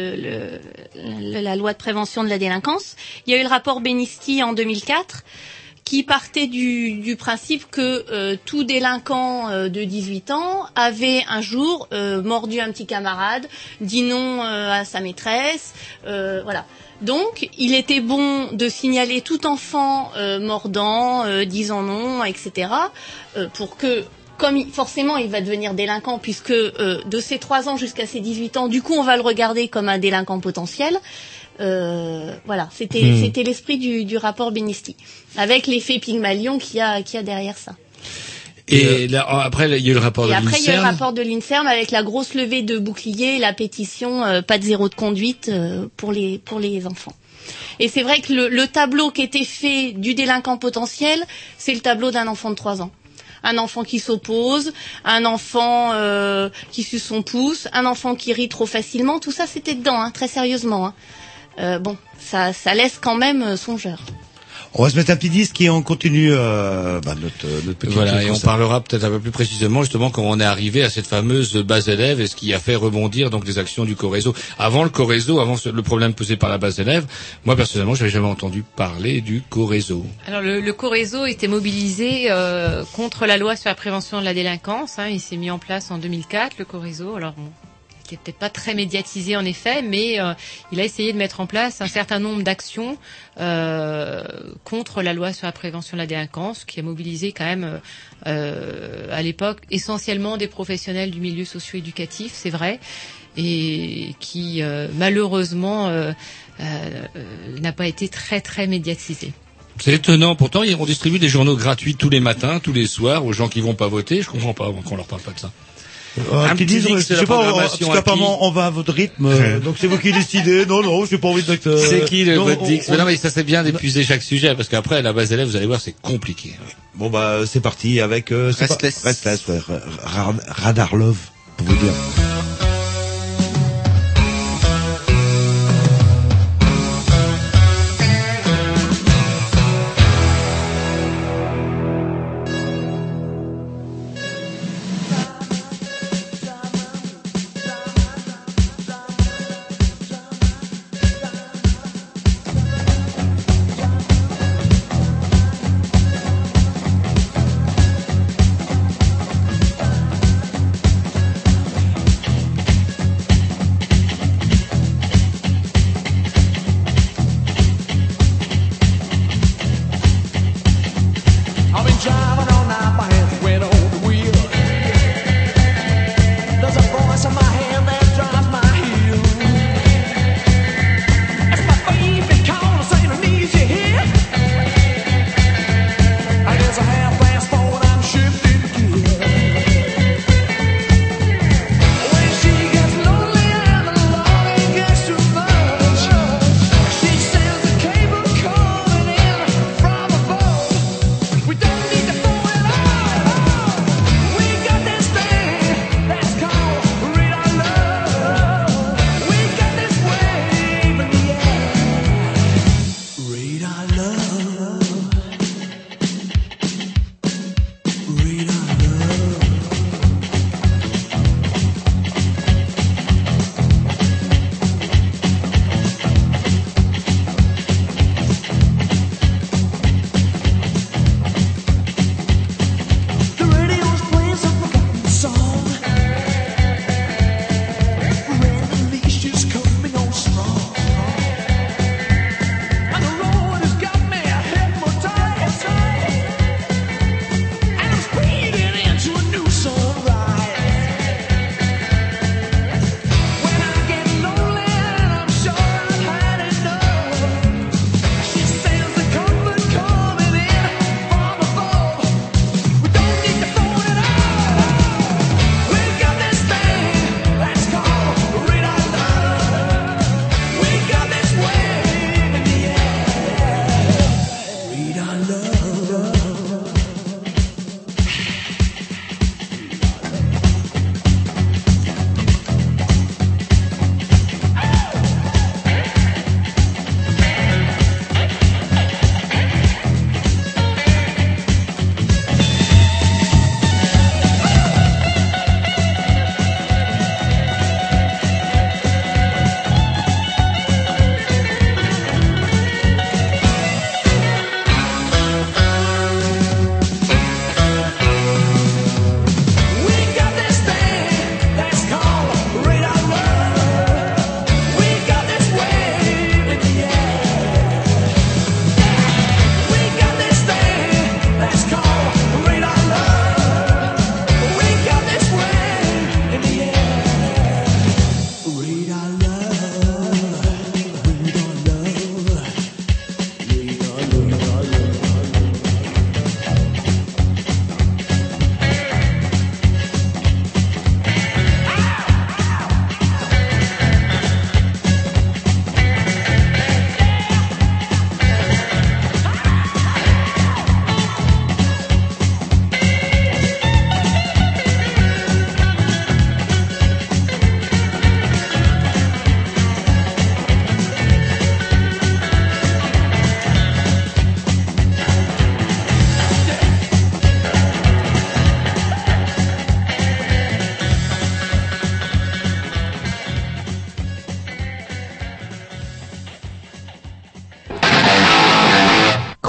la loi de prévention de la délinquance. Il y a eu le rapport Benisti en 2004 qui partait du principe que tout délinquant de 18 ans avait un jour mordu un petit camarade, dit non à sa maîtresse, voilà. Donc, il était bon de signaler tout enfant mordant, disant non, etc., pour que, comme forcément il va devenir délinquant, puisque de ses 3 ans jusqu'à ses 18 ans, du coup on va le regarder comme un délinquant potentiel. Voilà, c'était l'esprit du rapport Benisti, avec l'effet Pygmalion qu'il y a derrière ça. Et là, après, il y a eu le rapport de l'INSERM. Et après, il y a le rapport de l'INSERM avec la grosse levée de boucliers, la pétition pas de zéro de conduite pour les enfants. Et c'est vrai que le tableau qui était fait du délinquant potentiel, c'est le tableau d'un enfant de 3 ans. Un enfant qui s'oppose, un enfant qui suce son pouce, un enfant qui rit trop facilement, tout ça c'était dedans, très sérieusement. Bon, ça laisse quand même songeur. On va se mettre un petit disque et on continue notre petit. Voilà, et on parlera peut-être un peu plus précisément justement comment on est arrivé à cette fameuse base élève et ce qui a fait rebondir donc des actions du Corézo. Avant le problème posé par la base élève, moi personnellement, j'avais jamais entendu parler du Corézo. Alors le Corézo était mobilisé contre la loi sur la prévention de la délinquance. Il s'est mis en place en 2004, le Corézo. Alors bon, qui n'était pas très médiatisé en effet, mais il a essayé de mettre en place un certain nombre d'actions contre la loi sur la prévention de la délinquance, qui a mobilisé quand même à l'époque essentiellement des professionnels du milieu socio-éducatif, c'est vrai, et qui malheureusement n'a pas été très très médiatisé. C'est étonnant, pourtant on distribue des journaux gratuits tous les matins, tous les soirs aux gens qui vont pas voter. Je comprends pas qu'on leur parle pas de ça. Un petit disque, je sais pas, parce qu'apparemment on va à votre rythme, donc c'est vous qui décidez. Non, j'ai pas envie de. C'est qui votre disque? Non, mais ça c'est bien d'épuiser chaque sujet, parce qu'après la base élève, vous allez voir, c'est compliqué. Bon c'est parti avec Restless, Radar Love, pour vous dire.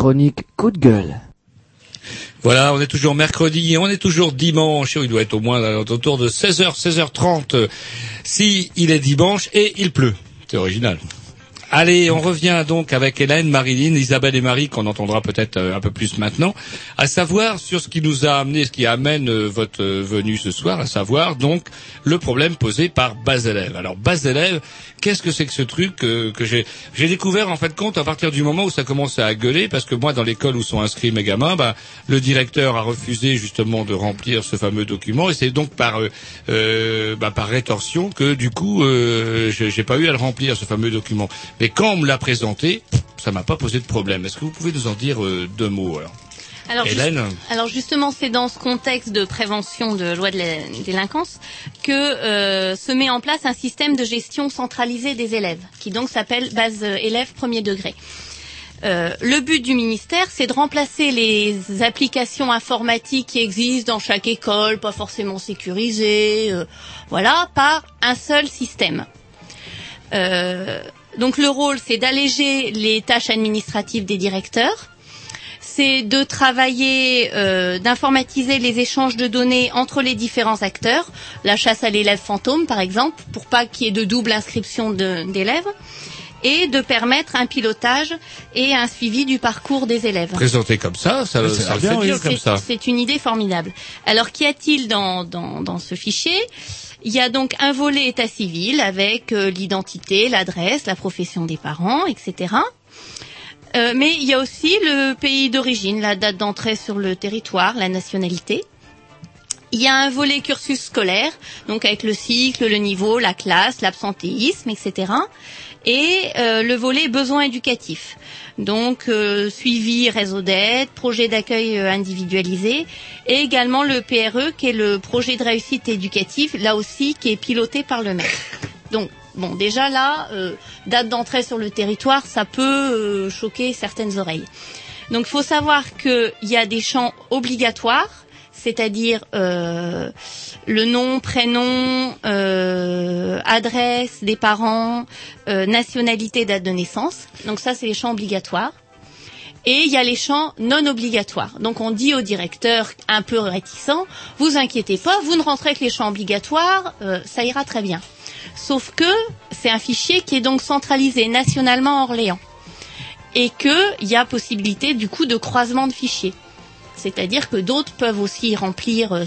chronique coup de gueule. Voilà, on est toujours mercredi et on est toujours dimanche. Il doit être au moins autour de 16h, 16h30 si il est dimanche et il pleut. C'est original. Allez, on revient donc avec Hélène, Marilyn, Isabelle et Marie, qu'on entendra peut-être un peu plus maintenant, à savoir sur ce qui nous a amené, ce qui amène votre venue ce soir, à savoir donc le problème posé par Bazélève. Alors Bazélève, qu'est-ce que c'est que ce truc que j'ai découvert en fait compte à partir du moment où ça commençait à gueuler, parce que moi dans l'école où sont inscrits mes gamins, le directeur a refusé justement de remplir ce fameux document et c'est donc par rétorsion que du coup j'ai pas eu à le remplir ce fameux document. Mais quand on me l'a présenté, ça m'a pas posé de problème. Est-ce que vous pouvez nous en dire deux mots alors Hélène. Alors justement, c'est dans ce contexte de prévention de loi de la délinquance que se met en place un système de gestion centralisée des élèves, qui donc s'appelle base élève premier degré. Le but du ministère, c'est de remplacer les applications informatiques qui existent dans chaque école, pas forcément sécurisées, par un seul système. Donc le rôle, c'est d'alléger les tâches administratives des directeurs, c'est de travailler, d'informatiser les échanges de données entre les différents acteurs, la chasse à l'élève fantôme par exemple, pour pas qu'il y ait de double inscription d'élèves, et de permettre un pilotage et un suivi du parcours des élèves. Présenté comme ça le fait dire comme ça. C'est une idée formidable. Alors qu'y a-t-il dans ce fichier ? Il y a donc un volet état civil avec l'identité, l'adresse, la profession des parents, etc. Mais il y a aussi le pays d'origine, la date d'entrée sur le territoire, la nationalité. Il y a un volet cursus scolaire, donc avec le cycle, le niveau, la classe, l'absentéisme, etc. Et le volet besoins éducatifs. Donc suivi réseau d'aide, projet d'accueil individualisé, et également le PRE qui est le projet de réussite éducative, là aussi qui est piloté par le maire. Donc bon, déjà là, date d'entrée sur le territoire, ça peut choquer certaines oreilles. Donc il faut savoir qu'il y a des champs obligatoires, c'est-à-dire le nom, prénom, adresse des parents, nationalité, date de naissance. Donc ça, c'est les champs obligatoires. Et il y a les champs non obligatoires. Donc on dit au directeur un peu réticent, vous inquiétez pas, vous ne rentrez que les champs obligatoires, ça ira très bien. Sauf que c'est un fichier qui est donc centralisé nationalement à Orléans. Et qu'il y a possibilité du coup de croisement de fichiers. C'est-à-dire que d'autres peuvent aussi remplir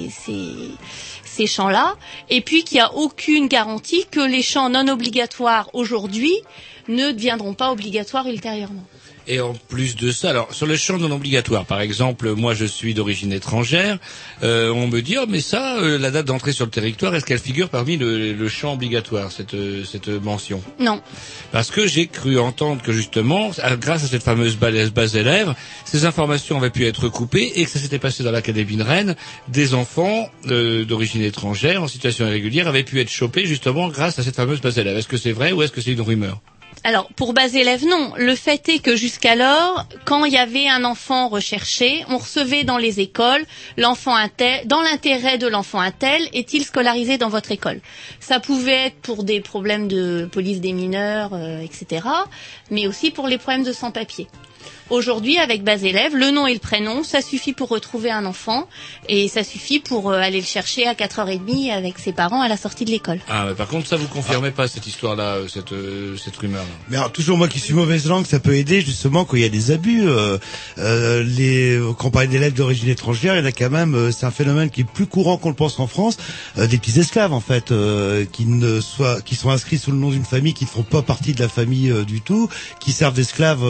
ces champs-là, et puis qu'il n'y a aucune garantie que les champs non obligatoires aujourd'hui ne deviendront pas obligatoires ultérieurement. Et en plus de ça, alors sur le champ non obligatoire, par exemple, moi je suis d'origine étrangère, on me dit mais ça, la date d'entrée sur le territoire, est-ce qu'elle figure parmi le champ obligatoire, cette mention? Non. Parce que j'ai cru entendre que justement, grâce à cette fameuse base élève, ces informations avaient pu être coupées et que ça s'était passé dans l'académie de Rennes, des enfants d'origine étrangère en situation irrégulière avaient pu être chopés justement grâce à cette fameuse base élève. Est-ce que c'est vrai ou est-ce que c'est une rumeur? Alors, pour base élève, non. Le fait est que jusqu'alors, quand il y avait un enfant recherché, on recevait dans les écoles l'enfant un tel, dans l'intérêt de l'enfant un tel, est-il scolarisé dans votre école? Ça pouvait être pour des problèmes de police des mineurs, etc., mais aussi pour les problèmes de sans-papiers. Aujourd'hui, avec base élève, le nom et le prénom, ça suffit pour retrouver un enfant et ça suffit pour aller le chercher à 4h30 avec ses parents à la sortie de l'école. Ah, mais par contre, ça vous confirmez pas cette histoire-là, cette rumeur-là. Mais alors, toujours moi qui suis mauvaise langue, ça peut aider justement quand il y a des abus. Quand on parle d'élèves d'origine étrangère, il y en a quand même. C'est un phénomène qui est plus courant qu'on le pense en France. Des petits esclaves en fait, qui sont inscrits sous le nom d'une famille, qui ne font pas partie de la famille du tout, qui servent d'esclaves.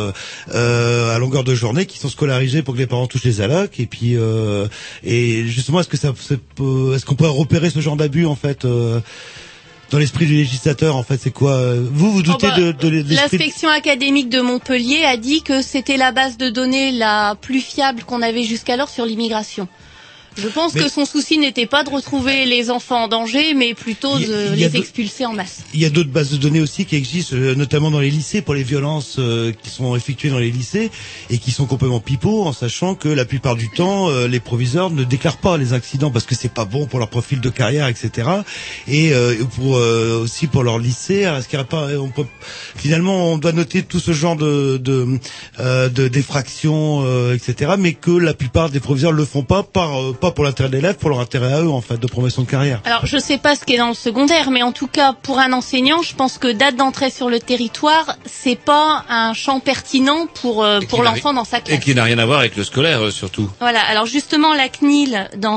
À longueur de journée, qui sont scolarisés pour que les parents touchent les allocs, et puis et justement, est-ce qu'on pourrait repérer ce genre d'abus en fait dans l'esprit du législateur? En fait, c'est quoi? Vous doutez de l'esprit? L'inspection académique de Montpellier a dit que c'était la base de données la plus fiable qu'on avait jusqu'alors sur l'immigration. Je pense que son souci n'était pas de retrouver les enfants en danger, mais plutôt de les expulser en masse. Il y a d'autres bases de données aussi qui existent, notamment dans les lycées, pour les violences qui sont effectuées dans les lycées et qui sont complètement pipeaux, en sachant que la plupart du temps, les proviseurs ne déclarent pas les accidents parce que c'est pas bon pour leur profil de carrière, etc. Et pour aussi pour leur lycée, est-ce qu'il y a pas, finalement, on doit noter tout ce genre de défractions, etc. Mais que la plupart des proviseurs le font pas pour l'intérêt de l'élève, pour leur intérêt à eux, en fait, de promotion de carrière. Alors, je sais pas ce qui est dans le secondaire, mais en tout cas, pour un enseignant, je pense que date d'entrée sur le territoire, c'est pas un champ pertinent pour l'enfant dans sa classe. Et qui n'a rien à voir avec le scolaire, surtout. Voilà. Alors, justement, la CNIL, dans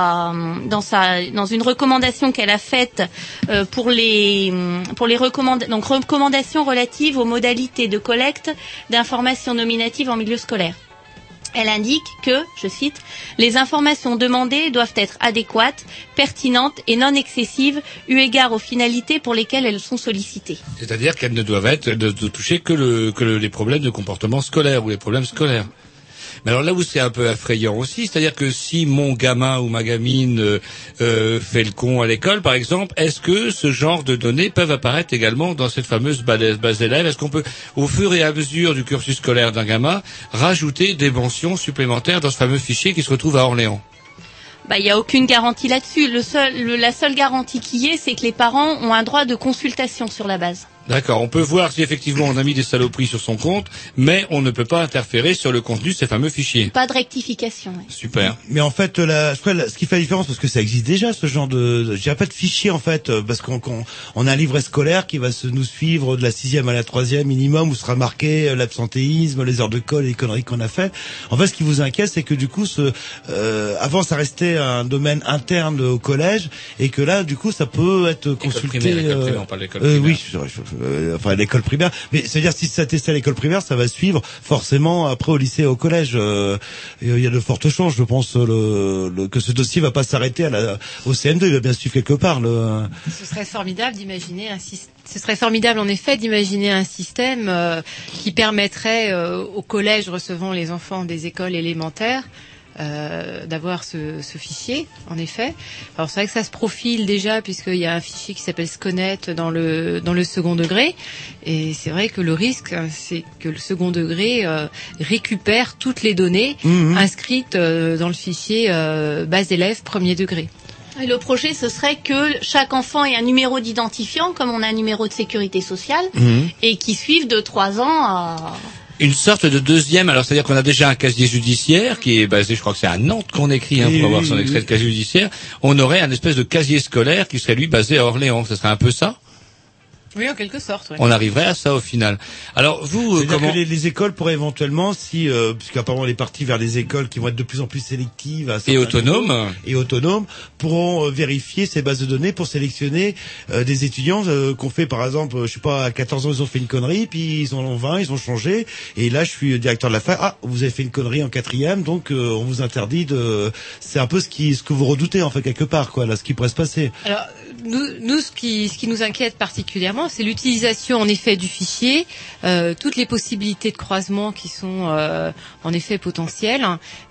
une recommandation qu'elle a faite, pour les recommandations relatives aux modalités de collecte d'informations nominatives en milieu scolaire. Elle indique que, je cite, les informations demandées doivent être adéquates, pertinentes et non excessives, eu égard aux finalités pour lesquelles elles sont sollicitées. C'est-à-dire qu'elles ne doivent être de toucher que les problèmes de comportement scolaire ou les problèmes scolaires. Mais alors là où c'est un peu effrayant aussi, c'est-à-dire que si mon gamin ou ma gamine fait le con à l'école, par exemple, est-ce que ce genre de données peuvent apparaître également dans cette fameuse base d'élèves? Est-ce qu'on peut, au fur et à mesure du cursus scolaire d'un gamin, rajouter des mentions supplémentaires dans ce fameux fichier qui se retrouve à Orléans? Il y a aucune garantie là-dessus. La seule garantie qui y est, c'est que les parents ont un droit de consultation sur la base. D'accord, on peut voir si effectivement on a mis des saloperies sur son compte, mais on ne peut pas interférer sur le contenu de ces fameux fichiers. Pas de rectification. Ouais. Super. Mais en fait, ce qui fait la différence, parce que ça existe déjà, ce genre je dirais pas de fichier en fait, parce qu'on a un livret scolaire qui va nous suivre de la 6e à la 3e minimum, où sera marqué l'absentéisme, les heures de colle et les conneries qu'on a faites. En fait, ce qui vous inquiète, c'est que du coup, avant ça restait un domaine interne au collège, et que là, du coup, ça peut être consulté. L'école primaire, on parle de l'école primaire. Oui, enfin l'école primaire, mais c'est-à-dire si ça testait à l'école primaire, ça va suivre forcément après au lycée et au collège. Il y a de fortes chances, je pense, que ce dossier va pas s'arrêter au CM2, il va bien suivre quelque part. Ce serait formidable d'imaginer ce serait formidable en effet d'imaginer un système qui permettrait au collège recevant les enfants des écoles élémentaires d'avoir ce fichier, en effet. Alors c'est vrai que ça se profile déjà puisqu'il y a un fichier qui s'appelle SCONET dans le second degré, et c'est vrai que le risque, c'est que le second degré récupère toutes les données inscrites dans le fichier base d'élèves premier degré. Et le projet, ce serait que chaque enfant ait un numéro d'identifiant, comme on a un numéro de sécurité sociale, et qui suive de 3 ans à... Une sorte de deuxième, alors c'est-à-dire qu'on a déjà un casier judiciaire qui est basé, je crois que c'est à Nantes qu'on écrit pour avoir son extrait de casier judiciaire. On aurait un espèce de casier scolaire qui serait lui basé à Orléans. Ce serait un peu ça? Oui, en quelque sorte. Ouais. On arriverait à ça au final. Alors vous, comment que les écoles pourraient éventuellement, si puisqu'apparemment on est parti vers des écoles qui vont être de plus en plus sélectives et autonomes, pourront vérifier ces bases de données pour sélectionner des étudiants qu'on fait par exemple, je sais pas, à 14 ans ils ont fait une connerie, puis ils en ont 20, ils ont changé, et là je suis directeur de la fac, vous avez fait une connerie en 4e, donc on vous interdit de. C'est un peu ce que vous redoutez en fait quelque part, quoi, là, ce qui pourrait se passer. Alors nous ce qui nous inquiète particulièrement, c'est l'utilisation en effet du fichier, toutes les possibilités de croisement qui sont en effet potentielles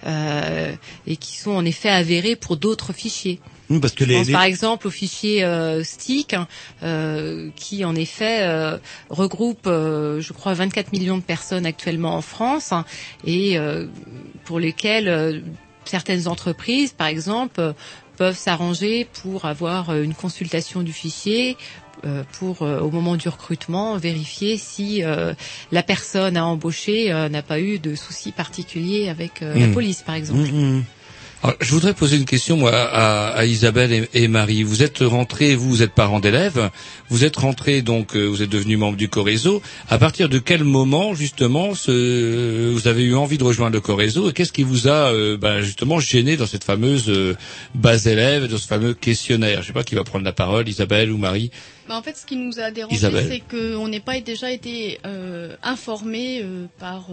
et qui sont en effet avérées pour d'autres fichiers. Parce que je pense par exemple au fichier STIC qui en effet regroupe je crois 24 millions de personnes actuellement en France et pour lesquelles certaines entreprises par exemple peuvent s'arranger pour avoir une consultation du fichier pour au moment du recrutement vérifier si la personne à embaucher n'a pas eu de soucis particuliers avec la police par exemple. Alors, je voudrais poser une question moi à Isabelle et Marie. Vous êtes rentrés, vous êtes parents d'élèves, vous êtes rentrés donc vous êtes devenus membres du Corézo. À partir de quel moment justement vous avez eu envie de rejoindre le Corézo et qu'est-ce qui vous a justement gêné dans cette fameuse base élève, dans ce fameux questionnaire? Je sais pas qui va prendre la parole, Isabelle ou Marie. En fait, ce qui nous a dérangé, c'est qu'on n'ait pas déjà été informés par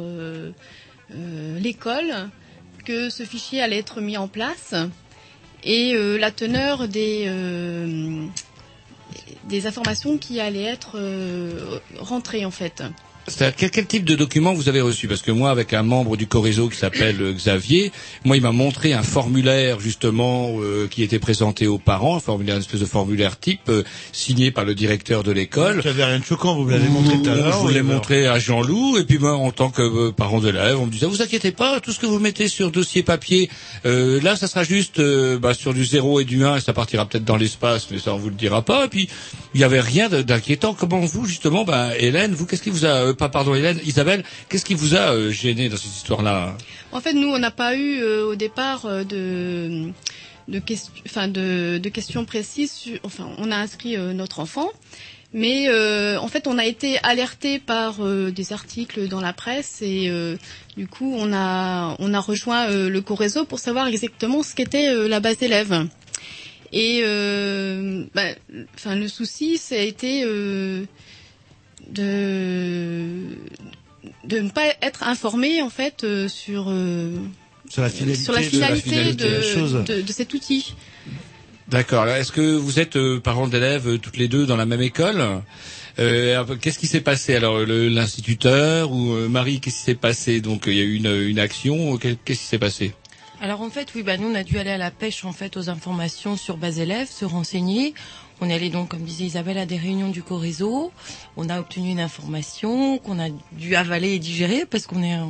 l'école que ce fichier allait être mis en place et la teneur des informations qui allaient être rentrées en fait. Quel type de document vous avez reçu? Parce que moi, avec un membre du Corézo qui s'appelle Xavier, moi, il m'a montré un formulaire justement qui était présenté aux parents, une espèce de formulaire type signé par le directeur de l'école. Ça avait rien de choquant, vous me l'avez montré tout à l'heure. Je l'ai montré à Jean-Loup, et puis moi, en tant que parent d'élève, on me disait, vous inquiétez pas, tout ce que vous mettez sur dossier papier, là, ça sera juste sur du 0 et du 1, et ça partira peut-être dans l'espace, mais ça, on vous le dira pas. Et puis, il y avait rien d'inquiétant. Comment vous, justement, Hélène, vous, qu'est-ce qui vous a Hélène, Isabelle, qu'est-ce qui vous a gêné dans cette histoire-là? En fait, nous, on n'a pas eu au départ de questions précises. On a inscrit notre enfant, mais en fait, on a été alerté par des articles dans la presse et du coup, on a rejoint le Corézo pour savoir exactement ce qu'était la base élève. Et le souci, ça a été de ne pas être informé en fait sur la finalité de cet outil. D'accord. Est-ce que vous êtes parents d'élèves toutes les deux dans la même école? Qu'est-ce qui s'est passé alors? L'instituteur ou Marie, qu'est-ce qui s'est passé? Donc il y a eu une action. Qu'est-ce qui s'est passé? Alors en fait, oui, nous on a dû aller à la pêche en fait aux informations sur base élève, se renseigner. On est allé donc, comme disait Isabelle, à des réunions du Corézo. On a obtenu une information qu'on a dû avaler et digérer parce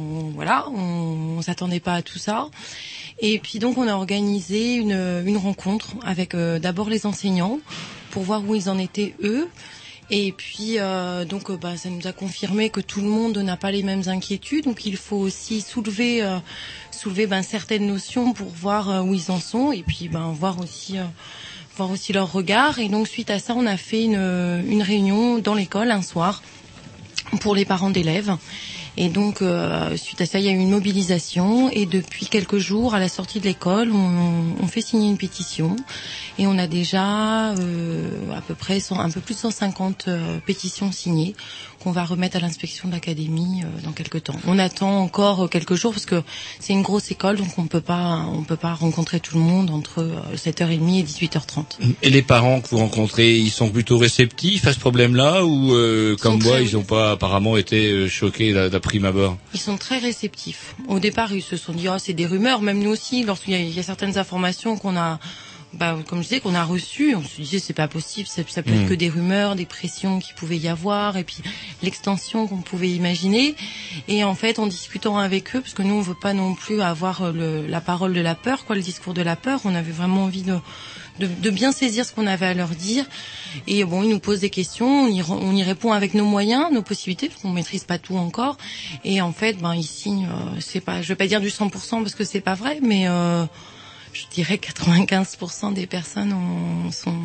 on s'attendait pas à tout ça. Et puis donc on a organisé une rencontre avec d'abord les enseignants pour voir où ils en étaient eux. Et puis ça nous a confirmé que tout le monde n'a pas les mêmes inquiétudes, donc il faut aussi soulever certaines notions pour voir où ils en sont et puis voir aussi leur regard. Et donc suite à ça, on a fait une réunion dans l'école un soir pour les parents d'élèves. Et donc suite à ça, il y a eu une mobilisation et depuis quelques jours, à la sortie de l'école, on fait signer une pétition et on a déjà à peu près un peu plus de 150 pétitions signées qu'on va remettre à l'inspection de l'académie dans quelques temps. On attend encore quelques jours parce que c'est une grosse école, donc on peut pas rencontrer tout le monde entre 7h30 et 18h30. Et les parents que vous rencontrez, ils sont plutôt réceptifs à ce problème-là ou comme moi, ils n'ont pas apparemment été choqués d'un prime abord? Ils sont très réceptifs. Au départ, ils se sont dit c'est des rumeurs. Même nous aussi, lorsqu'il y a certaines informations qu'on a comme je disais, qu'on a reçues, on se disait c'est pas possible, ça peut être que des rumeurs, des pressions qu'il pouvait y avoir, et puis l'extension qu'on pouvait imaginer. Et en fait, en discutant avec eux, parce que nous on veut pas non plus avoir la parole de la peur, le discours de la peur, on avait vraiment envie de bien saisir ce qu'on avait à leur dire. Et ils nous posent des questions, on y répond avec nos moyens, nos possibilités, parce qu'on maîtrise pas tout encore. Et en fait, ils signent, je vais pas dire du 100% parce que c'est pas vrai, mais je dirais 95% des personnes sont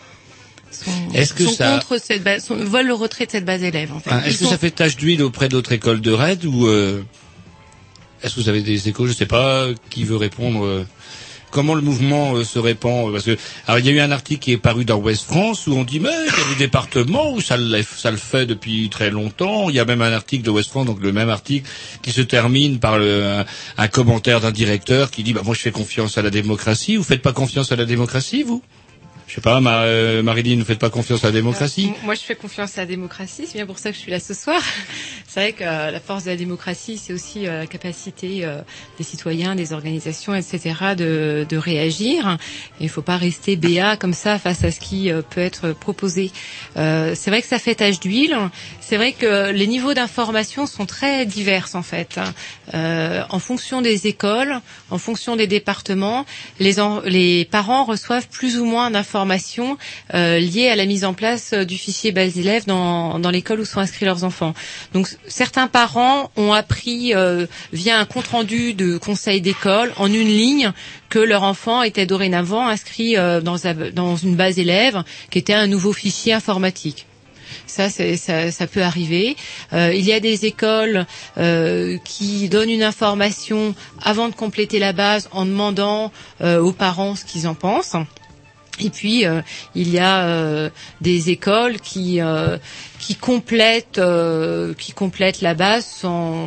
contre cette base, veulent le retrait de cette base élève. En fait. Est-ce que ça fait tache d'huile auprès d'autres écoles de RAID ou est-ce que vous avez des échos? Je sais pas qui veut répondre. Comment le mouvement se répand? Parce que il y a eu un article qui est paru dans Ouest France où on dit mais il y a des départements où ça le fait depuis très longtemps. Il y a même un article de Ouest France, donc le même article, qui se termine par un commentaire d'un directeur qui dit moi je fais confiance à la démocratie. Vous faites pas confiance à la démocratie, vous? Je sais pas, Marilyn, ne faites pas confiance à la démocratie? Moi, je fais confiance à la démocratie. C'est bien pour ça que je suis là ce soir. C'est vrai que la force de la démocratie, c'est aussi la capacité des citoyens, des organisations, etc., de réagir. Il ne faut pas rester béat comme ça face à ce qui peut être proposé. C'est vrai que ça fait tache d'huile. C'est vrai que les niveaux d'information sont très divers, en fait. En fonction des écoles, en fonction des départements, les parents reçoivent plus ou moins d'informations liées à la mise en place du fichier base élèves dans l'école où sont inscrits leurs enfants. Donc certains parents ont appris via un compte-rendu de conseil d'école en une ligne que leur enfant était dorénavant inscrit dans une base élève qui était un nouveau fichier informatique. Ça peut arriver. Il y a des écoles qui donnent une information avant de compléter la base en demandant aux parents ce qu'ils en pensent. Et puis il y a des écoles qui complètent la base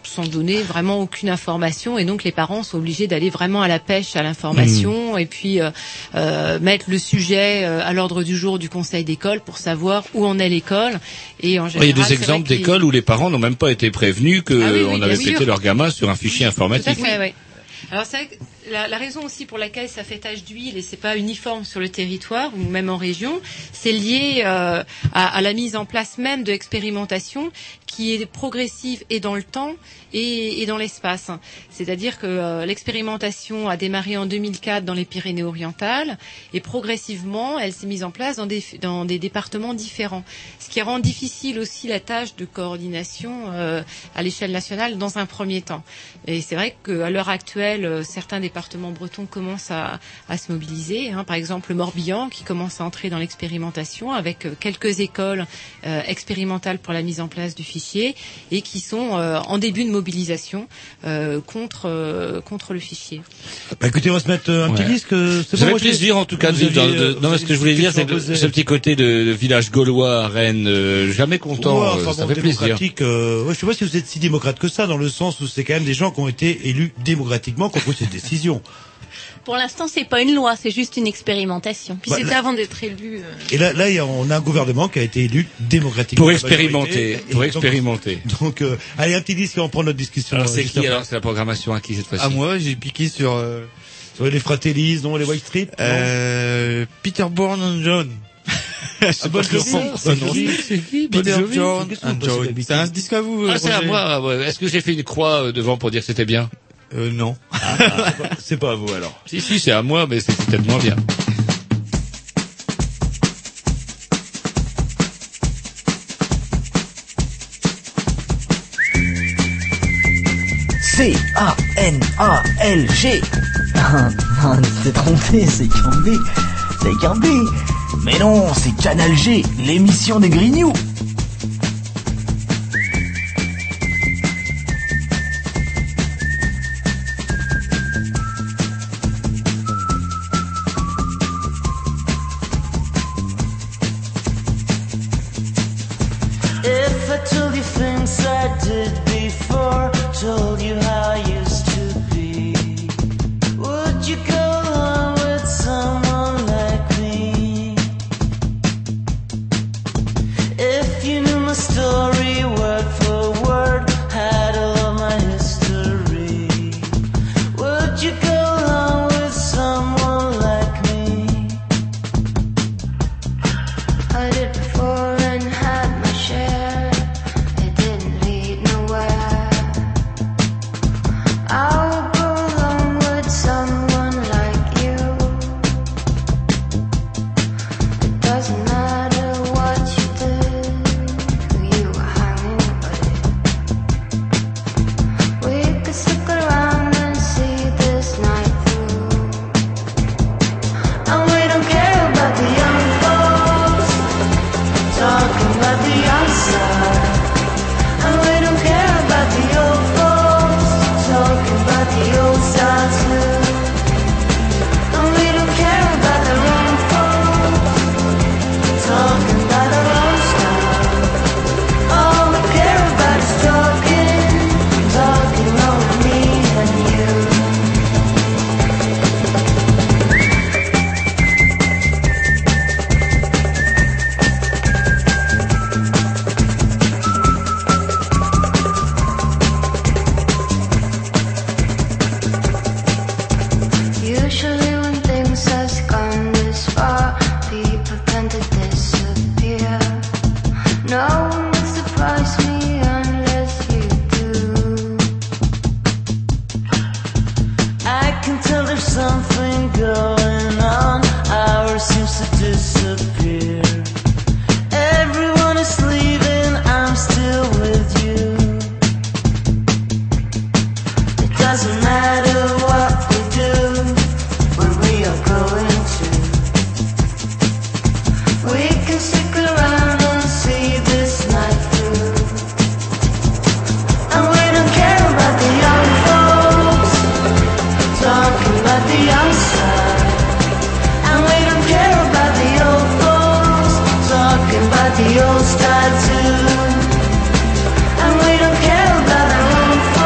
sans donner vraiment aucune information, et donc les parents sont obligés d'aller vraiment à la pêche à l'information et puis mettre le sujet à l'ordre du jour du conseil d'école pour savoir où en est l'école. Et en général, il y a des exemples d'écoles où les parents n'ont même pas été prévenus qu'on avait pété leur gamin sur un fichier informatique. Tout à fait, oui. Alors c'est vrai que la raison aussi pour laquelle ça fait tache d'huile et c'est pas uniforme sur le territoire ou même en région, c'est lié à la mise en place même de l'expérimentation qui est progressive et dans le temps et dans l'espace. C'est-à-dire que l'expérimentation a démarré en 2004 dans les Pyrénées-Orientales et progressivement elle s'est mise en place dans des départements différents. Ce qui rend difficile aussi la tâche de coordination à l'échelle nationale dans un premier temps. Et c'est vrai qu'à l'heure actuelle, certains départements bretons commencent à se mobiliser. Par exemple, le Morbihan qui commence à entrer dans l'expérimentation avec quelques écoles expérimentales pour la mise en place du fichier et qui sont en début de mobilisation contre le fichier. Bah écoutez, on va se mettre un petit disque. Ça fait plaisir en tout cas. Non, ce que je voulais dire, c'est que ce petit côté de village gaulois à Rennes, jamais content, ça fait plaisir. Je sais pas si vous êtes si démocrate que ça, dans le sens où c'est quand même des gens qui ont été élus démocratiquement qui ont pris cette décision. Pour l'instant, c'est pas une loi, c'est juste une expérimentation. Puis c'était avant d'être élu. Et là, on a un gouvernement qui a été élu démocratiquement. Pour expérimenter. Donc, allez, un petit disque et on prend notre discussion. Alors, c'est qui, alors? C'est la programmation à qui cette fois-ci? À moi, j'ai piqué sur les Fratellis, non, les White Strip? Peter Bourne and John. C'est qui? Peter Bourne and John. C'est un disque à vous, c'est à moi, ouais. Est-ce que j'ai fait une croix devant pour dire que c'était bien? Non. C'est pas à vous, alors. Si, c'est à moi, mais c'est peut-être moins bien. C-A-N-A-L-G. Non, tu t'es trompé, c'est Cambé. C'est Cambé. Mais non, c'est Canal G, l'émission de Grignou. If I told you things I did before, told you how I used to be, would you go along with someone like me? If you knew my story word for word, had all of my history, would you go along with someone like me? I did before and had my share. It didn't lead nowhere. I would go along with someone like you. It doesn't matter what you did, who you were hanging with. We could stick around and see this night through. And we don't care about the young folks talking about the outside, and we don't care about the old folks talking about the old style too, and we don't care about the wrong folks talking about their own style. All we care about is talking over me and you. Usually when things has gone this far, people tend to disappear. No one will surprise me unless you do. I can tell there's something going on. Ours seems to disappear. Everyone is leaving, I'm still with you. It doesn't matter what we do, where we are going to. We can stick around and see this night through. And we don't care about the young folks talking about the outside, and we don't care about the old folks talking about the old style too, and we don't care about our own folks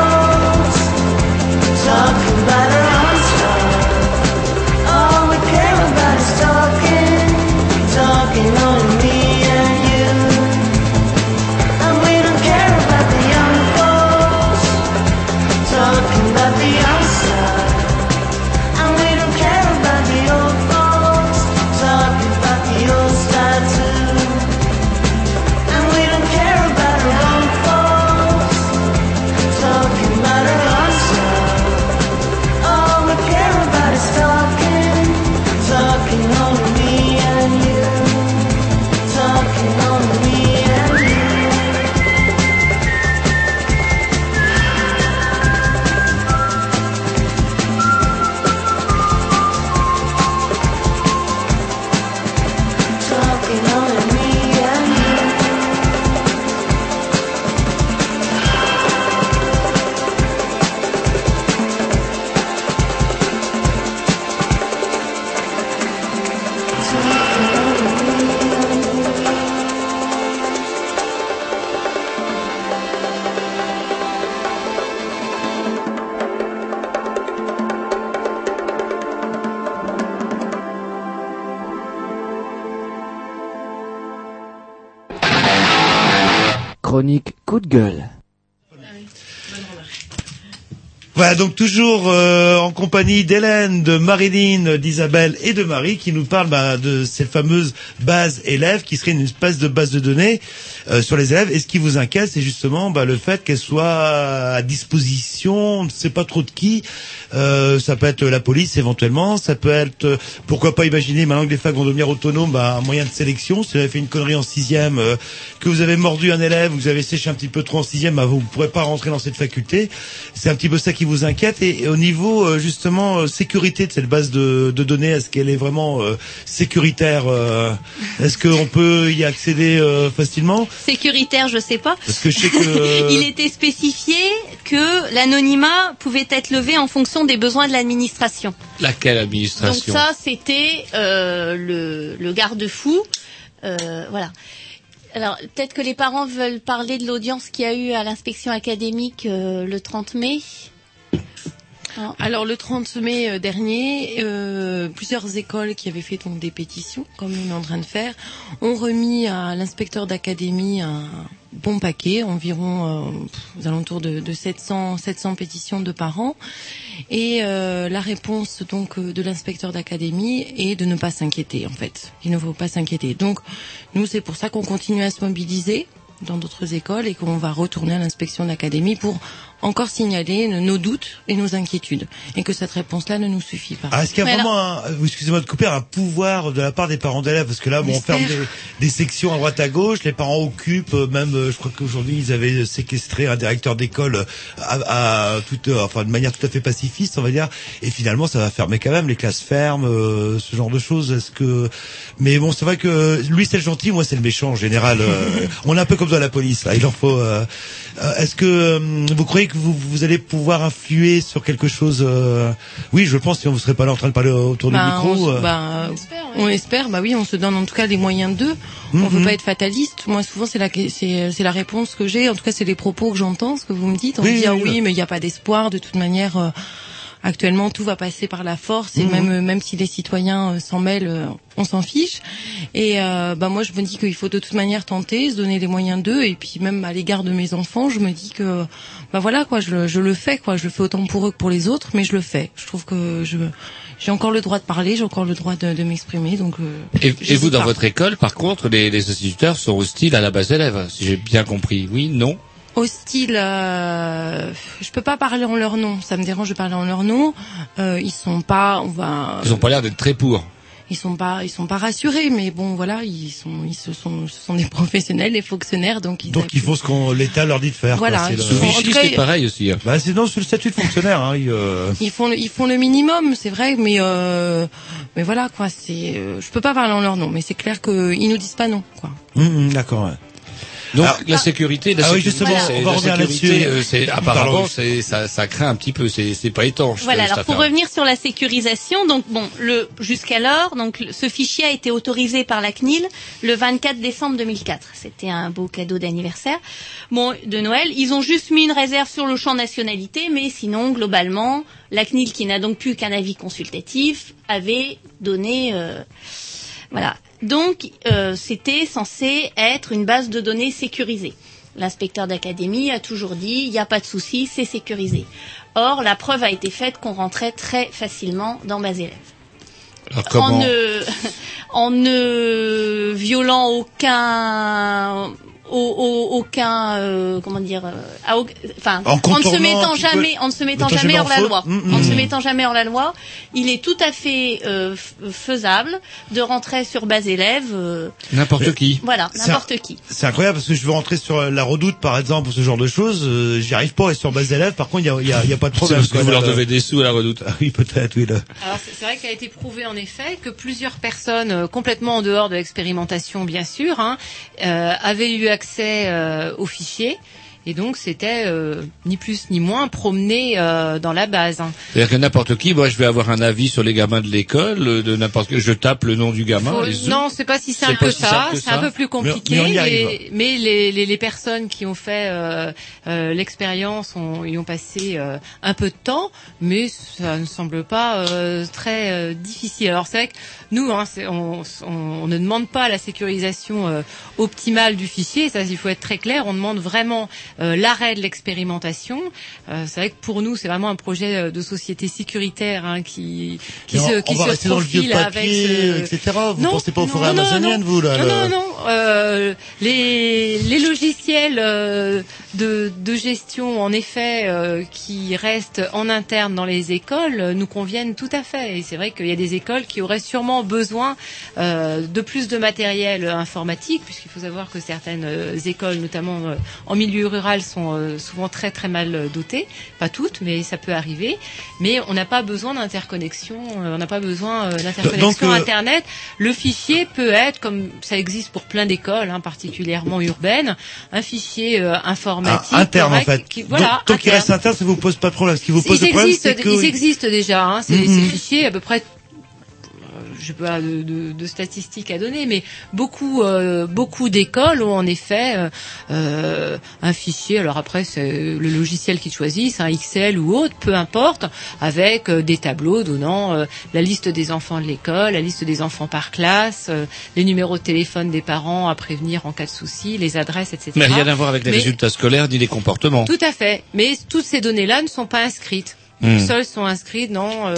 chronique coup de gueule. Voilà, donc toujours en compagnie d'Hélène, de Marilyn, d'Isabelle et de Marie qui nous parlent de cette fameuse base élève qui serait une espèce de base de données sur les élèves. Et ce qui vous inquiète, c'est justement le fait qu'elle soit à disposition, on ne sait pas trop de qui. Ça peut être la police éventuellement, ça peut être, pourquoi pas imaginer maintenant que les facs vont devenir autonomes, un moyen de sélection. Si vous avez fait une connerie en 6e, que vous avez mordu un élève, vous avez séché un petit peu trop en 6e, vous ne pourrez pas rentrer dans cette faculté. C'est un petit peu ça qui vous inquiète. Et au niveau justement sécurité de cette base de données, est-ce qu'elle est vraiment sécuritaire? Est-ce qu'on peut y accéder facilement? Sécuritaire, je sais pas. Parce que je sais que il était spécifié que l'anonymat pouvait être levé en fonction des besoins de l'administration. Laquelle administration? Donc ça, c'était le garde-fou. Voilà. Alors, peut-être que les parents veulent parler de l'audience qu'il y a eu à l'inspection académique le 30 mai. Alors le 30 mai dernier, plusieurs écoles qui avaient fait donc des pétitions, comme on est en train de faire, ont remis à l'inspecteur d'académie un bon paquet, environ aux alentours de 700 pétitions de parents. Et la réponse donc de l'inspecteur d'académie est de ne pas s'inquiéter en fait. Il ne faut pas s'inquiéter. Donc nous c'est pour ça qu'on continue à se mobiliser dans d'autres écoles et qu'on va retourner à l'inspection d'académie pour encore signaler nos doutes et nos inquiétudes et que cette réponse-là ne nous suffit pas. Est-ce qu'il y a vraiment excusez-moi de couper, un pouvoir de la part des parents d'élèves? Parce que là, on ferme des sections à droite à gauche, les parents occupent, même, je crois qu'aujourd'hui, ils avaient séquestré un directeur d'école de manière tout à fait pacifiste, on va dire, et finalement, ça va fermer quand même, les classes ferment, ce genre de choses. Mais bon, c'est vrai que lui, c'est le gentil, moi, c'est le méchant, en général. On est un peu comme dans la police, là, il en faut... Est-ce que vous croyez que vous allez pouvoir influer sur quelque chose? Oui, je pense, si on ne serait pas là en train de parler autour du micro. On espère, oui, on se donne en tout cas les moyens d'eux. On veut pas être fataliste. Moi, souvent, c'est la réponse que j'ai. En tout cas, c'est les propos que j'entends, ce que vous me dites. On me dit, oui, mais il n'y a pas d'espoir. De toute manière, actuellement, tout va passer par la force. Et même si les citoyens s'en mêlent, on s'en fiche. Et moi, je me dis qu'il faut de toute manière tenter, se donner les moyens d'eux. Et puis même à l'égard de mes enfants, je me dis que, voilà, quoi, je le fais, quoi. Je le fais autant pour eux que pour les autres, mais je le fais. Je trouve que j'ai encore le droit de parler, j'ai encore le droit de m'exprimer, donc. Et vous, dans votre école, par contre, les instituteurs sont hostiles à la base d'élèves, si j'ai bien compris. Oui, non? Hostile, je peux pas parler en leur nom. Ça me dérange de parler en leur nom. Ils ont pas l'air d'être très pour. Ils sont pas rassurés, mais bon, voilà, ce sont des professionnels, des fonctionnaires, donc ils font ce qu'on l'État leur dit de faire. Voilà. Sous Vichy, c'est pareil aussi. C'est sous le statut de fonctionnaire. Ils font le minimum, c'est vrai, mais voilà, quoi. Je peux pas parler en leur nom, mais c'est clair qu'ils nous disent pas non, quoi. D'accord. Ouais. Donc la sécurité, justement, on va revenir là-dessus. Apparemment, ça craint un petit peu, c'est pas étanche. Voilà. Alors pour revenir sur la sécurisation, donc jusqu'alors, ce fichier a été autorisé par la CNIL le 24 décembre 2004. C'était un beau cadeau d'anniversaire, de Noël. Ils ont juste mis une réserve sur le champ nationalité, mais sinon globalement, la CNIL, qui n'a donc plus qu'un avis consultatif, avait donné, voilà. Donc, c'était censé être une base de données sécurisée. L'inspecteur d'académie a toujours dit, il n'y a pas de souci, c'est sécurisé. Or, la preuve a été faite qu'on rentrait très facilement dans base élève. Alors, comment? En ne violant aucun comment dire, en ne se mettant jamais hors la loi. En ne se mettant jamais hors la loi, il est tout à fait faisable de rentrer sur base élève. N'importe qui. Voilà, n'importe qui. C'est incroyable parce que je veux rentrer sur la Redoute par exemple ou ce genre de choses, j'y arrive pas. Et sur base élève, par contre, il y a pas de problème. C'est parce que vous leur devez des sous à la Redoute. Oui, peut-être, oui. Alors c'est vrai qu'il a été prouvé en effet que plusieurs personnes complètement en dehors de l'expérimentation, bien sûr, avaient eu accès aux fichiers. Et donc c'était ni plus ni moins promener dans la base. C'est-à-dire que n'importe qui, moi je vais avoir un avis sur les gamins de l'école, de n'importe qui, je tape le nom du gamin. Non, c'est pas si simple que ça. C'est un peu plus compliqué. Mais les personnes qui ont fait l'expérience y ont passé un peu de temps, mais ça ne semble pas très difficile. Alors c'est vrai que nous, on ne demande pas la sécurisation optimale du fichier. Ça, il faut être très clair. On demande vraiment l'arrêt de l'expérimentation. C'est vrai que pour nous, c'est vraiment un projet de société sécuritaire qui se profile avec etc. Vous pensez pas aux forêts amazoniennes, vous là? Non. Les logiciels de gestion, en effet, qui restent en interne dans les écoles, nous conviennent tout à fait. Et c'est vrai qu'il y a des écoles qui auraient sûrement besoin de plus de matériel informatique, puisqu'il faut savoir que certaines écoles, notamment en milieu rural, sont souvent très très mal dotées. Pas toutes, mais ça peut arriver. Mais on n'a pas besoin d'interconnexion. On n'a pas besoin d'interconnexion Internet. Le fichier peut être, comme ça existe pour plein d'écoles, particulièrement urbaines, un fichier informatique interne en fait. Tant qu'il reste interne, ça vous pose pas de problème. Ce qui vous pose de problème, c'est que ils existent déjà. Ces fichiers à peu près. Je n'ai pas de statistiques à donner, mais beaucoup d'écoles ont en effet un fichier. Alors après, c'est le logiciel qu'ils choisissent, un Excel ou autre, peu importe, avec des tableaux donnant la liste des enfants de l'école, la liste des enfants par classe, les numéros de téléphone des parents à prévenir en cas de souci, les adresses, etc. Mais rien à voir avec les résultats scolaires ni les comportements. Tout à fait. Mais toutes ces données-là ne sont pas inscrites. Seuls sont inscrits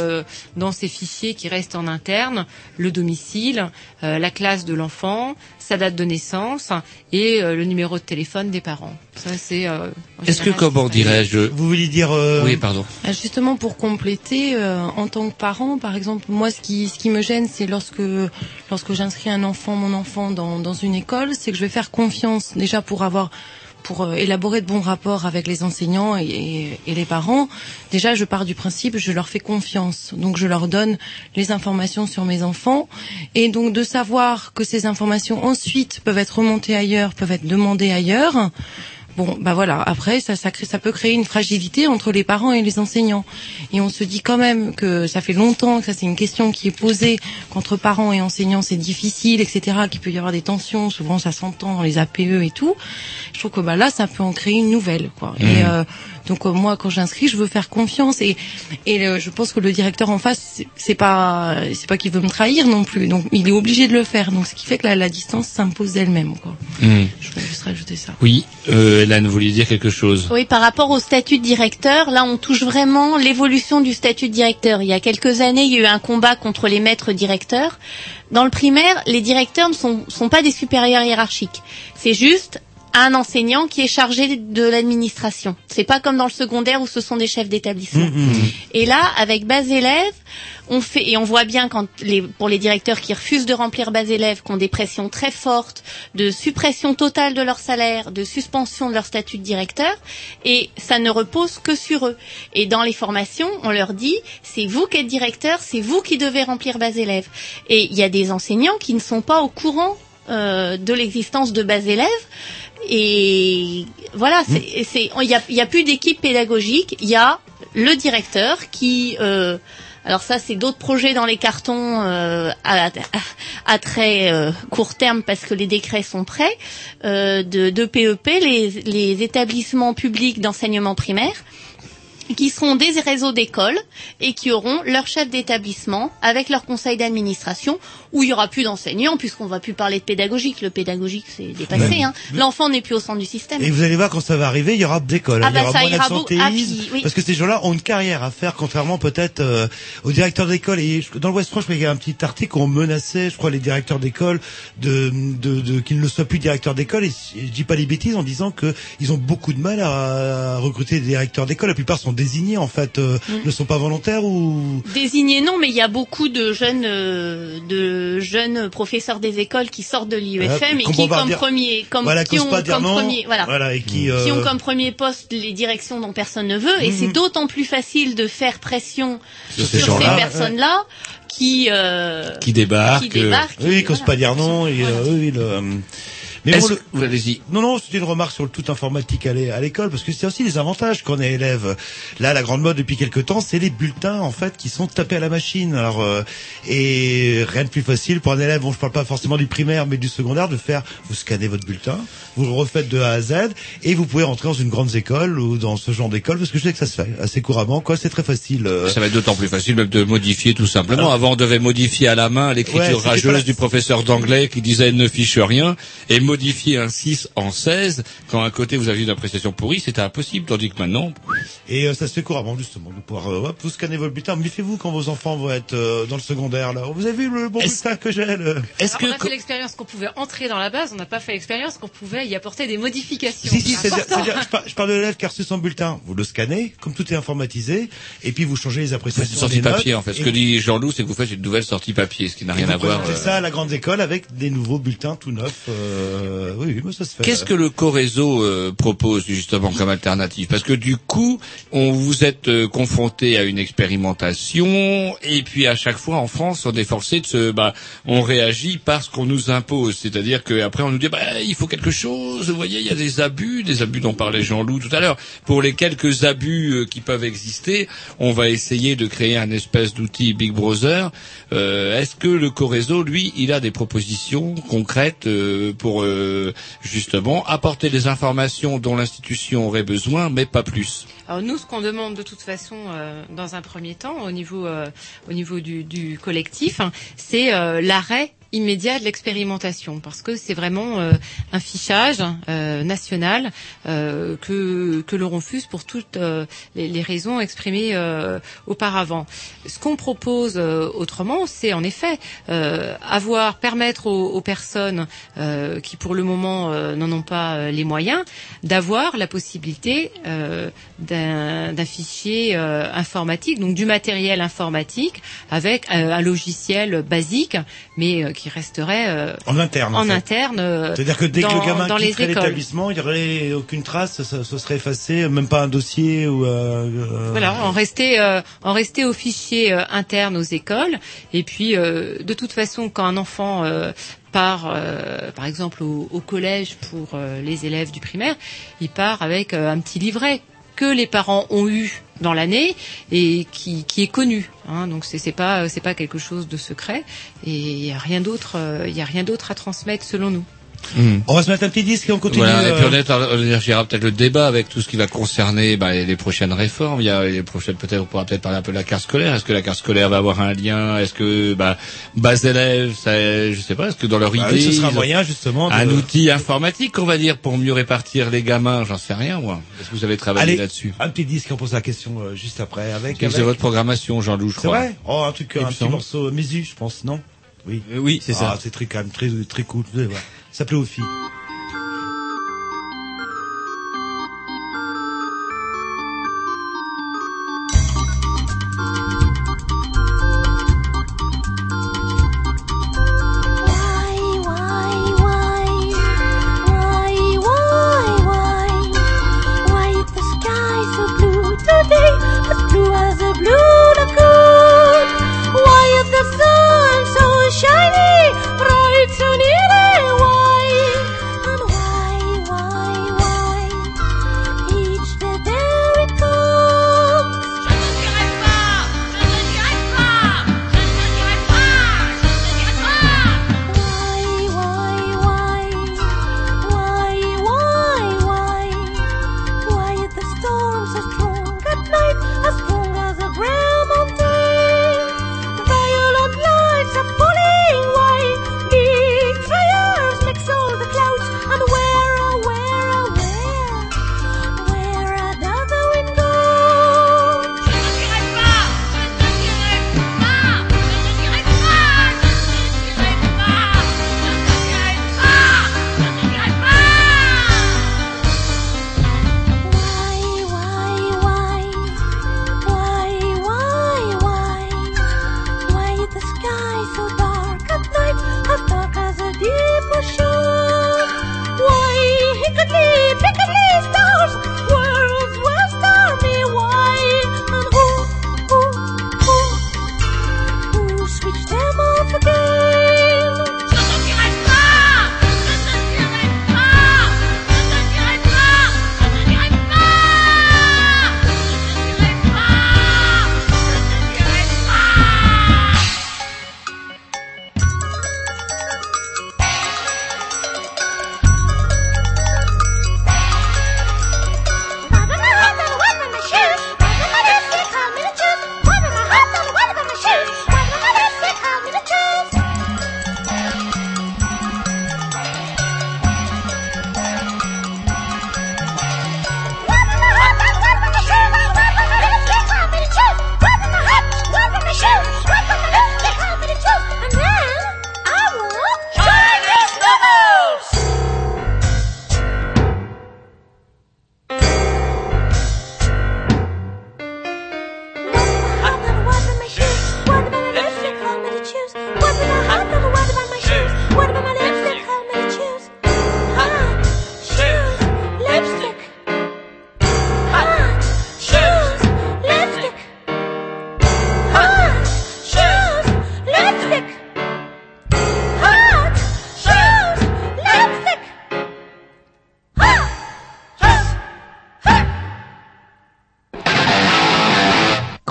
dans ces fichiers qui restent en interne, le domicile, la classe de l'enfant, sa date de naissance et le numéro de téléphone des parents. Ça c'est. Est-ce que comment dirais-je? Vous voulez dire Oui, pardon. Justement pour compléter, en tant que parent, par exemple, moi ce qui me gêne, c'est lorsque j'inscris mon enfant dans une école, c'est que je vais faire confiance déjà pour élaborer de bons rapports avec les enseignants et les parents. Déjà, je pars du principe, je leur fais confiance. Donc, je leur donne les informations sur mes enfants. Et donc, de savoir que ces informations, ensuite, peuvent être remontées ailleurs, peuvent être demandées ailleurs. Bon, voilà. Après, ça peut créer une fragilité entre les parents et les enseignants. Et on se dit quand même que ça fait longtemps que ça c'est une question qui est posée qu'entre parents et enseignants c'est difficile, etc. Qu'il peut y avoir des tensions. Souvent, ça s'entend dans les APE et tout. Je trouve que là, ça peut en créer une nouvelle, quoi. Et donc moi, quand j'inscris, je veux faire confiance et je pense que le directeur en face, c'est pas qu'il veut me trahir non plus. Donc il est obligé de le faire. Donc ce qui fait que la distance s'impose d'elle-même, quoi. Je voulais juste rajouter ça. Oui, Hélène, vous vouliez dire quelque chose? Oui, par rapport au statut de directeur, là on touche vraiment l'évolution du statut de directeur. Il y a quelques années, il y a eu un combat contre les maîtres directeurs. Dans le primaire, les directeurs ne sont pas des supérieurs hiérarchiques. C'est juste un enseignant qui est chargé de l'administration. C'est pas comme dans le secondaire où ce sont des chefs d'établissement. Et là, avec base élève, on voit bien pour les directeurs qui refusent de remplir base élève, qui ont des pressions très fortes de suppression totale de leur salaire, de suspension de leur statut de directeur, et ça ne repose que sur eux. Et dans les formations, on leur dit, c'est vous qui êtes directeur, c'est vous qui devez remplir base élève. Et il y a des enseignants qui ne sont pas au courant de l'existence de base élève. Et voilà, il y a plus d'équipe pédagogique, il y a le directeur qui alors ça c'est d'autres projets dans les cartons à très court terme parce que les décrets sont prêts de PEP, les établissements publics d'enseignement primaire qui seront des réseaux d'écoles et qui auront leur chef d'établissement avec leur conseil d'administration où il y aura plus d'enseignants puisqu'on va plus parler de pédagogique. Le pédagogique c'est dépassé. L'enfant n'est plus au centre du système. Et vous allez voir quand ça va arriver, il y aura d'écoles. Il y aura moins d'absentéisme parce que ces gens-là ont une carrière à faire contrairement peut-être aux directeurs d'école. Et dans l'Ouest France, il y a un petit article où on menaçait, je crois, les directeurs d'école de qu'ils ne soient plus directeurs d'école. Et je dis pas les bêtises en disant que ils ont beaucoup de mal à recruter des directeurs d'école. La plupart sont désignés en fait, ne sont pas volontaires ou désignés non, mais il y a beaucoup de jeunes professeurs des écoles qui sortent de l'IEFM et qui comme premier qui ont comme premier poste les directions dont personne ne veut et c'est d'autant plus facile de faire pression sur ces personnes-là qui débarquent. Oui, ils n'osent pas dire non. Mais bon, allez-y. Non, c'était une remarque sur le tout informatique à l'école, parce que c'est aussi des avantages quand on est élève. Là, la grande mode depuis quelque temps, c'est les bulletins, en fait, qui sont tapés à la machine. Alors, et rien de plus facile pour un élève, bon, je parle pas forcément du primaire, mais du secondaire, de faire, vous scannez votre bulletin, vous le refaites de A à Z, et vous pouvez rentrer dans une grande école ou dans ce genre d'école, parce que je sais que ça se fait assez couramment, quoi, c'est très facile. Ça va être d'autant plus facile même de modifier tout simplement. Alors, avant, on devait modifier à la main l'écriture rageuse du professeur d'anglais qui disait elle ne fiche rien, et modifier un 6 en 16, quand à un côté vous aviez une appréciation pourrie, c'était impossible, tandis que maintenant... Et ça se fait couramment, justement, de pouvoir, vous scannez votre bulletin. Méfiez-vous quand vos enfants vont être dans le secondaire, là. Vous avez vu le bon bulletin que j'ai, On a fait l'expérience qu'on pouvait entrer dans la base, on n'a pas fait l'expérience qu'on pouvait y apporter des modifications. Si, c'est-à-dire, je parle de l'élève qui a reçu son bulletin. Vous le scannez, comme tout est informatisé, et puis vous changez les appréciations. C'est une sortie papier, en fait. Ce que dit Jean-Loup, c'est que vous faites une nouvelle sortie papier, ce qui n'a rien à voir. C'est ça à la grande école avec des nouveaux bulletins tout neufs. Oui, mais ça se fait. Qu'est-ce que le Corézo propose justement comme alternative? Parce que du coup, vous êtes confronté à une expérimentation, et puis à chaque fois en France, on est forcé de on réagit parce qu'on nous impose. C'est-à-dire qu'après on nous dit il faut quelque chose. Vous voyez, il y a des abus dont parlait Jean-Loup tout à l'heure. Pour les quelques abus qui peuvent exister, on va essayer de créer un espèce d'outil Big Brother. Est-ce que le Corézo, lui, il a des propositions concrètes pour justement apporter des informations dont l'institution aurait besoin, mais pas plus? Alors nous, ce qu'on demande de toute façon, dans un premier temps, au niveau du collectif, c'est l'arrêt immédiat de l'expérimentation, parce que c'est vraiment un fichage national que l'on refuse pour toutes les raisons exprimées auparavant. Ce qu'on propose autrement, c'est en effet permettre aux personnes qui pour le moment n'en ont pas les moyens, d'avoir la possibilité d'un fichier informatique, donc du matériel informatique avec un logiciel basique, mais qui resterait en interne. C'est-à-dire que dès que le gamin quitterait l'établissement, il n'y aurait aucune trace, ça serait effacé, même pas un dossier ou. Voilà, en rester au fichier interne aux écoles. Et puis, de toute façon, quand un enfant part, par exemple, au collège pour les élèves du primaire, il part avec un petit livret que les parents ont eu dans l'année et qui est connu, donc c'est pas quelque chose de secret, et il y a rien d'autre à transmettre selon nous. On va se mettre un petit disque et on continue. Voilà, et puis on élargira peut-être le débat avec tout ce qui va concerner les prochaines réformes. Il y a les prochaines, peut-être on pourra peut-être parler un peu de la carte scolaire. Est-ce que la carte scolaire va avoir un lien? Est-ce que bas élèves, je sais pas, est-ce que dans leur idée ce sera moyen justement un outil informatique, on va dire, pour mieux répartir les gamins? J'en sais rien, moi. Est-ce que vous avez travaillé là-dessus? Un petit disque, on pose la question juste après avec. C'est votre programmation, Jean-Loup, je crois. C'est vrai? Un petit morceau Mésu, je pense, non? Oui. Oui, c'est ça. C'est quand même très cool. Ça plaît aux filles.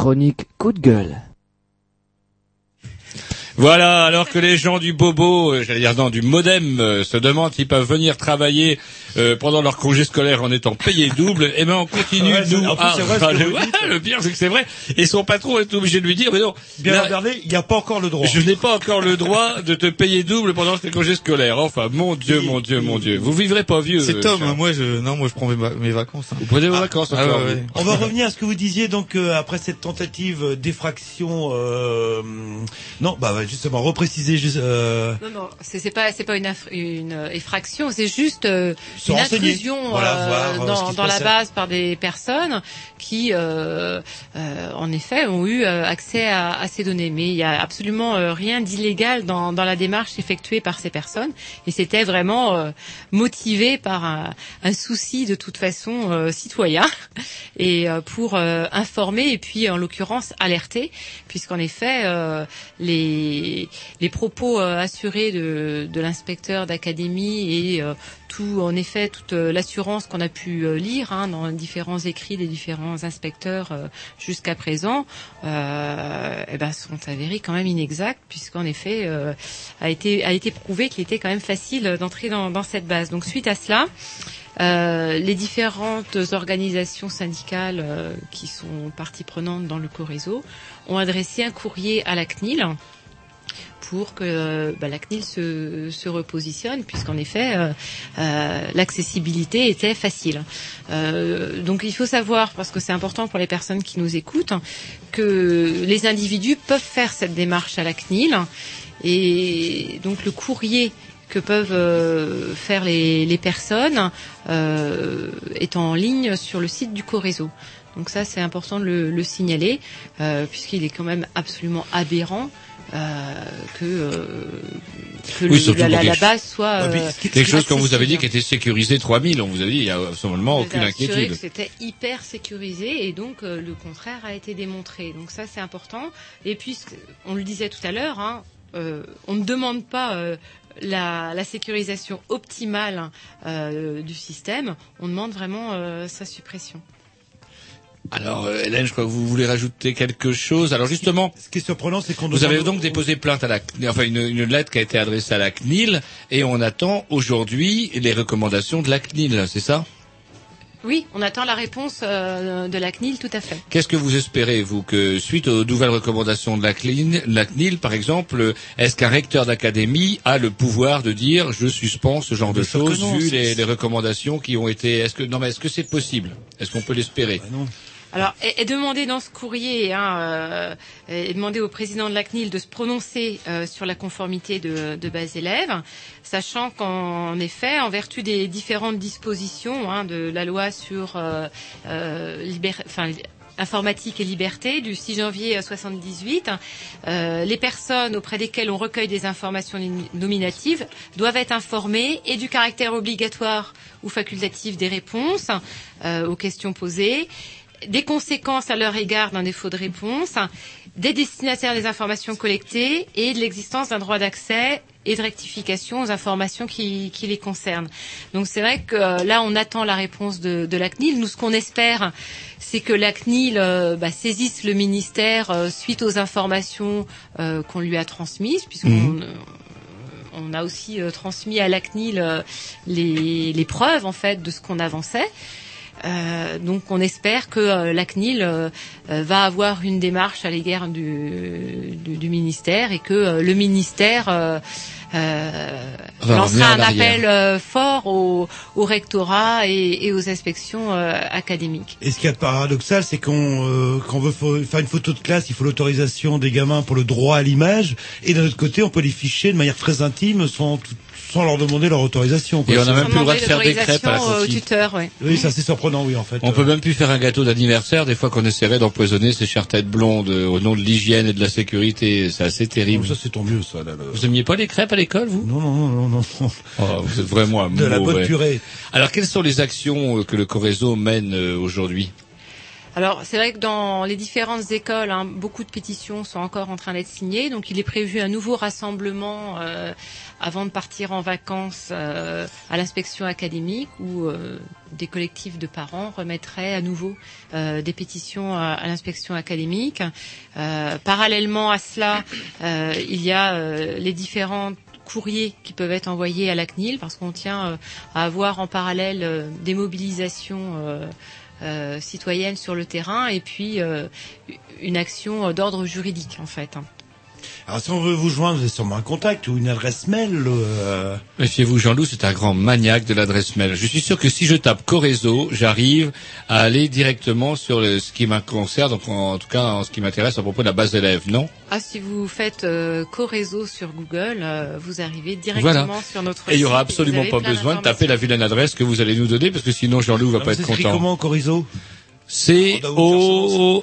chronique coup de gueule. Voilà, alors que les gens du bobo, du modem, se demandent s'ils peuvent venir travailler pendant leur congé scolaire en étant payés double, eh ben on continue le pire c'est que c'est vrai. Et son patron est obligé de lui dire mais non, bien regardez, il n'y a pas encore le droit. Je n'ai pas encore le droit de te payer double pendant tes congés scolaires. Enfin, mon Dieu. Vous vivrez pas vieux. C'est Tom, moi je prends mes vacances. Hein. Vous prenez vos vacances encore. Ouais. On va revenir à ce que vous disiez donc après cette tentative d'effraction justement repréciser juste Non, c'est pas une effraction, c'est juste une intrusion dans la base par des personnes qui en effet ont eu accès à ces données, mais il y a absolument rien d'illégal dans la démarche effectuée par ces personnes, et c'était vraiment motivé par un souci de toute façon citoyen et pour informer et puis en l'occurrence alerter, puisqu'en effet les propos assurés de l'inspecteur d'académie et toute l'assurance qu'on a pu lire dans différents écrits des différents inspecteurs jusqu'à présent sont avérés quand même inexacts, puisqu'en effet a été prouvé qu'il était quand même facile d'entrer dans cette base. Donc suite à cela, les différentes organisations syndicales qui sont parties prenantes dans le Corézo ont adressé un courrier à la CNIL pour que la CNIL se repositionne, puisqu'en effet l'accessibilité était facile. Donc il faut savoir, parce que c'est important pour les personnes qui nous écoutent, que les individus peuvent faire cette démarche à la CNIL, et donc le courrier que peuvent faire les personnes est en ligne sur le site du Corézo. Donc ça, c'est important de le signaler, puisqu'il est quand même absolument aberrant que la base soit quelque chose, comme vous avez dit, qui était sécurisé 3000. On vous a dit il y a absolument aucune inquiétude. C'était hyper sécurisé, et donc le contraire a été démontré. Donc ça, c'est important. Et puis on le disait tout à l'heure, on ne demande pas la sécurisation optimale du système, on demande vraiment sa suppression. Alors, Hélène, je crois que vous voulez rajouter quelque chose. Alors, justement, ce qui est surprenant, c'est qu'on vous avez donc déposé plainte à une lettre qui a été adressée à la CNIL, et on attend aujourd'hui les recommandations de la CNIL, c'est ça? Oui, on attend la réponse de la CNIL, tout à fait. Qu'est-ce que vous espérez, vous, que suite aux nouvelles recommandations de la CNIL, par exemple, est-ce qu'un recteur d'académie a le pouvoir de dire je suspends ce genre de choses vu les recommandations qui ont été... Est-ce que c'est possible? Est-ce qu'on peut l'espérer? Alors, est demandé dans ce courrier, est demandé au président de la CNIL de se prononcer sur la conformité de base élève, sachant qu'en effet, en vertu des différentes dispositions de la loi sur informatique et liberté du 6 janvier 78, les personnes auprès desquelles on recueille des informations nominatives doivent être informées et du caractère obligatoire ou facultatif des réponses aux questions posées, des conséquences à leur égard d'un défaut de réponse, des destinataires des informations collectées et de l'existence d'un droit d'accès et de rectification aux informations qui les concernent. Donc c'est vrai que là on attend la réponse de la CNIL. Nous, ce qu'on espère, c'est que la CNIL saisisse le ministère suite aux informations qu'on lui a transmises, puisqu'on on a aussi transmis à la CNIL les preuves en fait de ce qu'on avançait. Donc on espère que la CNIL va avoir une démarche à l'égard du ministère, et que le ministère lancera un appel fort au rectorat et aux inspections académiques. Et ce qui est paradoxal, c'est qu'on quand on veut faire une photo de classe, il faut l'autorisation des gamins pour le droit à l'image, et d'un autre côté, on peut les ficher de manière très intime sans leur demander leur autorisation. Et on n'a même plus le droit de faire des crêpes à la cantine. Tuteur, oui. Oui, ça c'est surprenant, oui, en fait. On peut même plus faire un gâteau d'anniversaire, des fois qu'on essaierait d'empoisonner ces chères têtes blondes au nom de l'hygiène et de la sécurité. C'est assez terrible. Ça c'est tant mieux, ça. Là. Vous aimiez pas les crêpes à l'école, vous? Non. Oh, vous êtes vraiment un la bonne purée. Alors, quelles sont les actions que le Corézo mène aujourd'hui? Alors, c'est vrai que dans les différentes écoles, beaucoup de pétitions sont encore en train d'être signées. Donc, il est prévu un nouveau rassemblement avant de partir en vacances à l'inspection académique où des collectifs de parents remettraient à nouveau des pétitions à l'inspection académique. Parallèlement à cela, il y a les différents courriers qui peuvent être envoyés à la CNIL parce qu'on tient à avoir en parallèle des mobilisations citoyennes sur le terrain et puis une action d'ordre juridique en fait. Alors si on veut vous joindre, vous avez sûrement un contact ou une adresse mail. Méfiez-vous, Jean-Loup, c'est un grand maniaque de l'adresse mail. Je suis sûr que si je tape Corézo, j'arrive à aller directement sur ce qui me concerne, donc en tout cas en ce qui m'intéresse à propos de la base d'élèves, non? Ah, si vous faites Corézo sur Google, vous arrivez directement sur notre site. Et il y aura absolument pas besoin de taper la vilaine adresse que vous allez nous donner parce que sinon Jean-Loup va pas être content. Comment Corézo? C-O-R-E-S-O.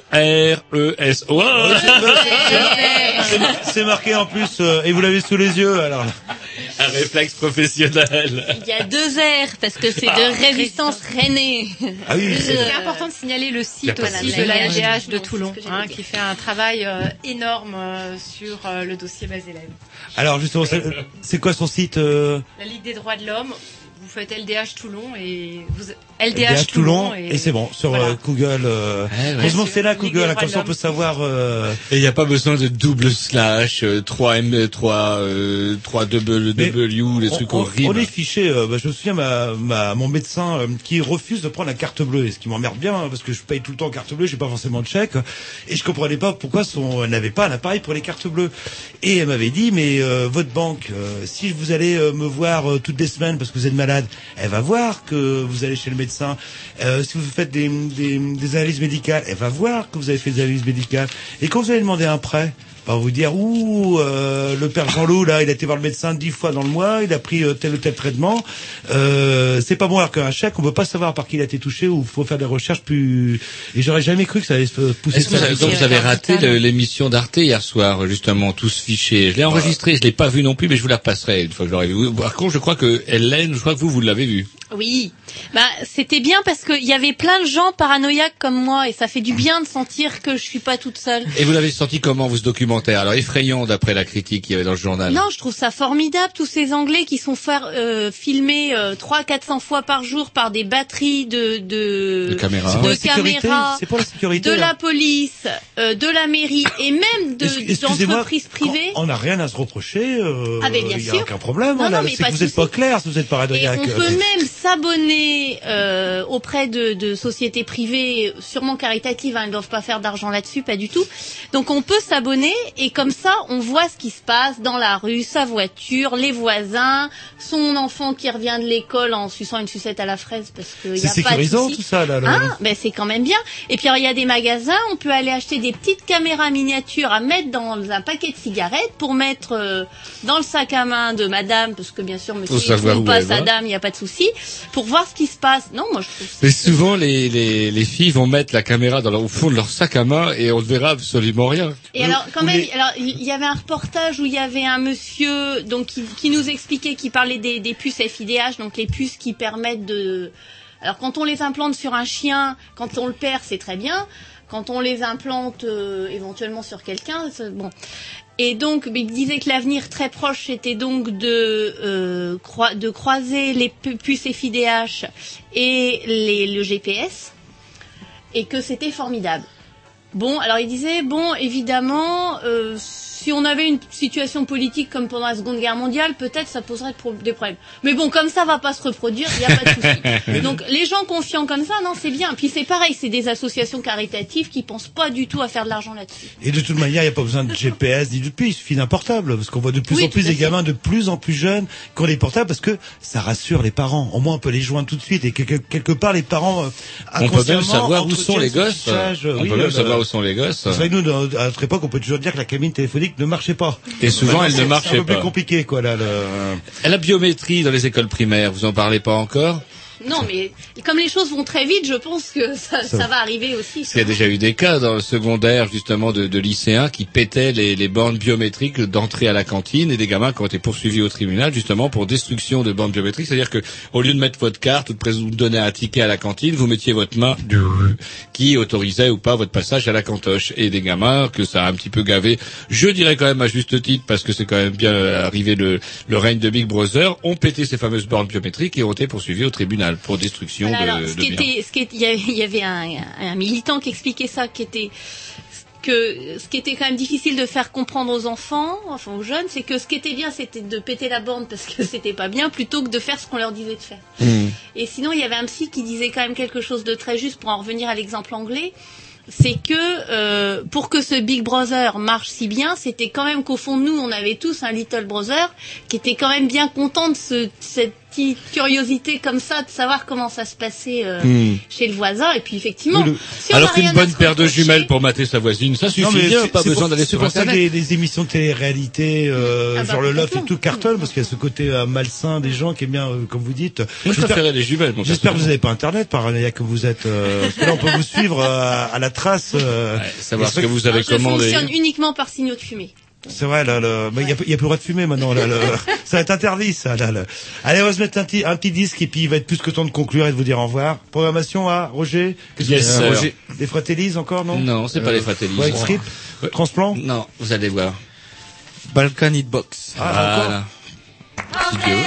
C'est marqué en plus, et vous l'avez sous les yeux, alors. Un réflexe professionnel. Il y a 2 R, parce que c'est de résistance rennais. Ah oui, c'est important de signaler le site aussi de la LDH de Toulon, qui fait un travail énorme sur le dossier base élèves. Alors justement, c'est quoi son site La Ligue des droits de l'homme. Vous faites LDH Toulon et LDH Toulon et c'est bon sur Google. Heureusement c'est là Google, comme ça on peut savoir. Et il n'y a pas besoin de double slash 3M 3W des trucs horribles. On est fiché. Je me souviens mon médecin qui refuse de prendre la carte bleue, et ce qui m'emmerde bien parce que je paye tout le temps en carte bleue, j'ai pas forcément de chèque et je comprenais pas pourquoi elle n'avait pas un appareil pour les cartes bleues. Et elle m'avait dit mais votre banque, si vous allez me voir toutes les semaines parce que vous êtes malade, elle va voir que vous allez chez le médecin. Si vous faites des analyses médicales, elle va voir que vous avez fait des analyses médicales. Et quand vous allez demander un prêt, on va vous dire le père Jean-Loup là, il a été voir le médecin 10 fois dans le mois, il a pris tel ou tel traitement. C'est pas bon alors qu'un chèque, on peut pas savoir par qui il a été touché ou faut faire des recherches plus. Et j'aurais jamais cru que ça allait se pousser. Donc vous avez raté l'émission d'Arte hier soir, justement, tout ce fichier. Je l'ai enregistré, je l'ai pas vu non plus, mais je vous la passerai une fois que je l'aurai vu. Par contre, je crois que Hélène, vous l'avez vu. Oui, c'était bien parce qu'il y avait plein de gens paranoïaques comme moi et ça fait du bien de sentir que je suis pas toute seule. Et vous l'avez senti comment, vous, ce documentaire? Alors effrayant d'après la critique qu'il y avait dans le journal. Non, je trouve ça formidable, tous ces Anglais qui sont filmés 300-400 fois par jour par des batteries de caméras, c'est pour la sécurité, de la police, de la mairie et même d'entreprises privées. On n'a rien à se reprocher. Bien y a sûr. aucun problème. Non, c'est que vous n'êtes pas clair, si vous êtes paranoïaque. On peut même s'abonner auprès de sociétés privées, sûrement caritatives, elles ne doivent pas faire d'argent là-dessus, pas du tout. Donc on peut s'abonner et comme ça on voit ce qui se passe dans la rue, sa voiture, les voisins, son enfant qui revient de l'école en suçant une sucette à la fraise parce qu'il n'y a pas de souci. C'est sécurisant tout ça là. C'est quand même bien. Et puis il y a des magasins, on peut aller acheter des petites caméras miniatures à mettre dans un paquet de cigarettes pour mettre dans le sac à main de madame, parce que bien sûr monsieur ne trouve pas sa dame, il n'y a pas de souci, pour voir ce qui se passe. Non, moi je trouve ça. Mais souvent les filles vont mettre la caméra au fond de leur sac à main et on ne verra absolument rien. Et alors quand même, il y avait un reportage où il y avait un monsieur donc qui nous expliquait, qui parlait des puces FIDH, donc les puces qui permettent de. Alors quand on les implante sur un chien, quand on le perd, c'est très bien. Quand on les implante éventuellement sur quelqu'un, bon. Et donc, il disait que l'avenir très proche, c'était donc de croiser les puces FIDH et le GPS, et que c'était formidable. Bon, alors il disait, évidemment, si on avait une situation politique comme pendant la Seconde Guerre mondiale, peut-être ça poserait des problèmes. Mais bon, comme ça va pas se reproduire, il n'y a pas de souci. Donc les gens confiants comme ça, non, c'est bien. Puis c'est pareil, c'est des associations caritatives qui pensent pas du tout à faire de l'argent là-dessus. Et de toute manière, il n'y a pas besoin de GPS ni de puce, il suffit d'un portable, parce qu'on voit de plus en plus des gamins de plus en plus jeunes qui ont des portables, parce que ça rassure les parents. Au moins, on peut les joindre tout de suite, et quelque part, les parents on peut même savoir où sont les gosses. On peut même savoir où sont les gosses. C'est vrai que nous, à notre époque, on peut toujours dire que la cabine téléphonique ne marchait pas. Et souvent, elle ne marchait pas. C'est un peu plus compliqué, quoi, là. La biométrie dans les écoles primaires, vous en parlez pas encore? Non, mais comme les choses vont très vite, je pense que ça va arriver aussi. Il y a déjà eu des cas dans le secondaire, justement, de lycéens qui pétaient les bornes biométriques d'entrée à la cantine et des gamins qui ont été poursuivis au tribunal, justement, pour destruction de bornes biométriques. C'est-à-dire que, au lieu de mettre votre carte ou de vous donner un ticket à la cantine, vous mettiez votre main qui autorisait ou pas votre passage à la cantoche. Et des gamins que ça a un petit peu gavé, je dirais quand même à juste titre, parce que c'est quand même bien arrivé le règne de Big Brother, ont pété ces fameuses bornes biométriques et ont été poursuivis au tribunal pour destruction voilà, de alors, biens. il y avait un militant qui expliquait ça, ce qui était quand même difficile de faire comprendre aux enfants, enfin aux jeunes, c'est que ce qui était bien, c'était de péter la borne parce que c'était pas bien, plutôt que de faire ce qu'on leur disait de faire. Et sinon, il y avait un psy qui disait quand même quelque chose de très juste, pour en revenir à l'exemple anglais, c'est que pour que ce Big Brother marche si bien, c'était quand même qu'au fond de nous, on avait tous un Little Brother qui était quand même bien content de cette petite curiosité comme ça, de savoir comment ça se passait chez le voisin. Et puis effectivement, si on alors a qu'une rien bonne à paire de reprocher, jumelles pour mater sa voisine, ça suffit bien, pas besoin d'aller sur C'est pour ça que Internet. les émissions de télé-réalité, genre le Loft et tout cartonne, parce qu'il y a ce côté malsain des gens qui est bien, comme vous dites. Moi, je préférais les jumelles. J'espère que vous n'avez pas Internet, paranoïaque que vous êtes. Parce que là, on peut vous suivre à la trace. Savoir ce que vous avez commandé. je fonctionne uniquement par signaux de fumée. C'est vrai, là, mais il y a plus le droit de fumer maintenant, là, ça va être interdit, ça, là. Allez, on va se mettre un petit disque et puis il va être plus que temps de conclure et de vous dire au revoir. Programmation à Roger? Yes, Roger. Les Fratellis encore, non? Non, c'est pas les Fratellis. White Strip? Transplant? Non, vous allez voir. Balkan Hitbox. Ah, Studio.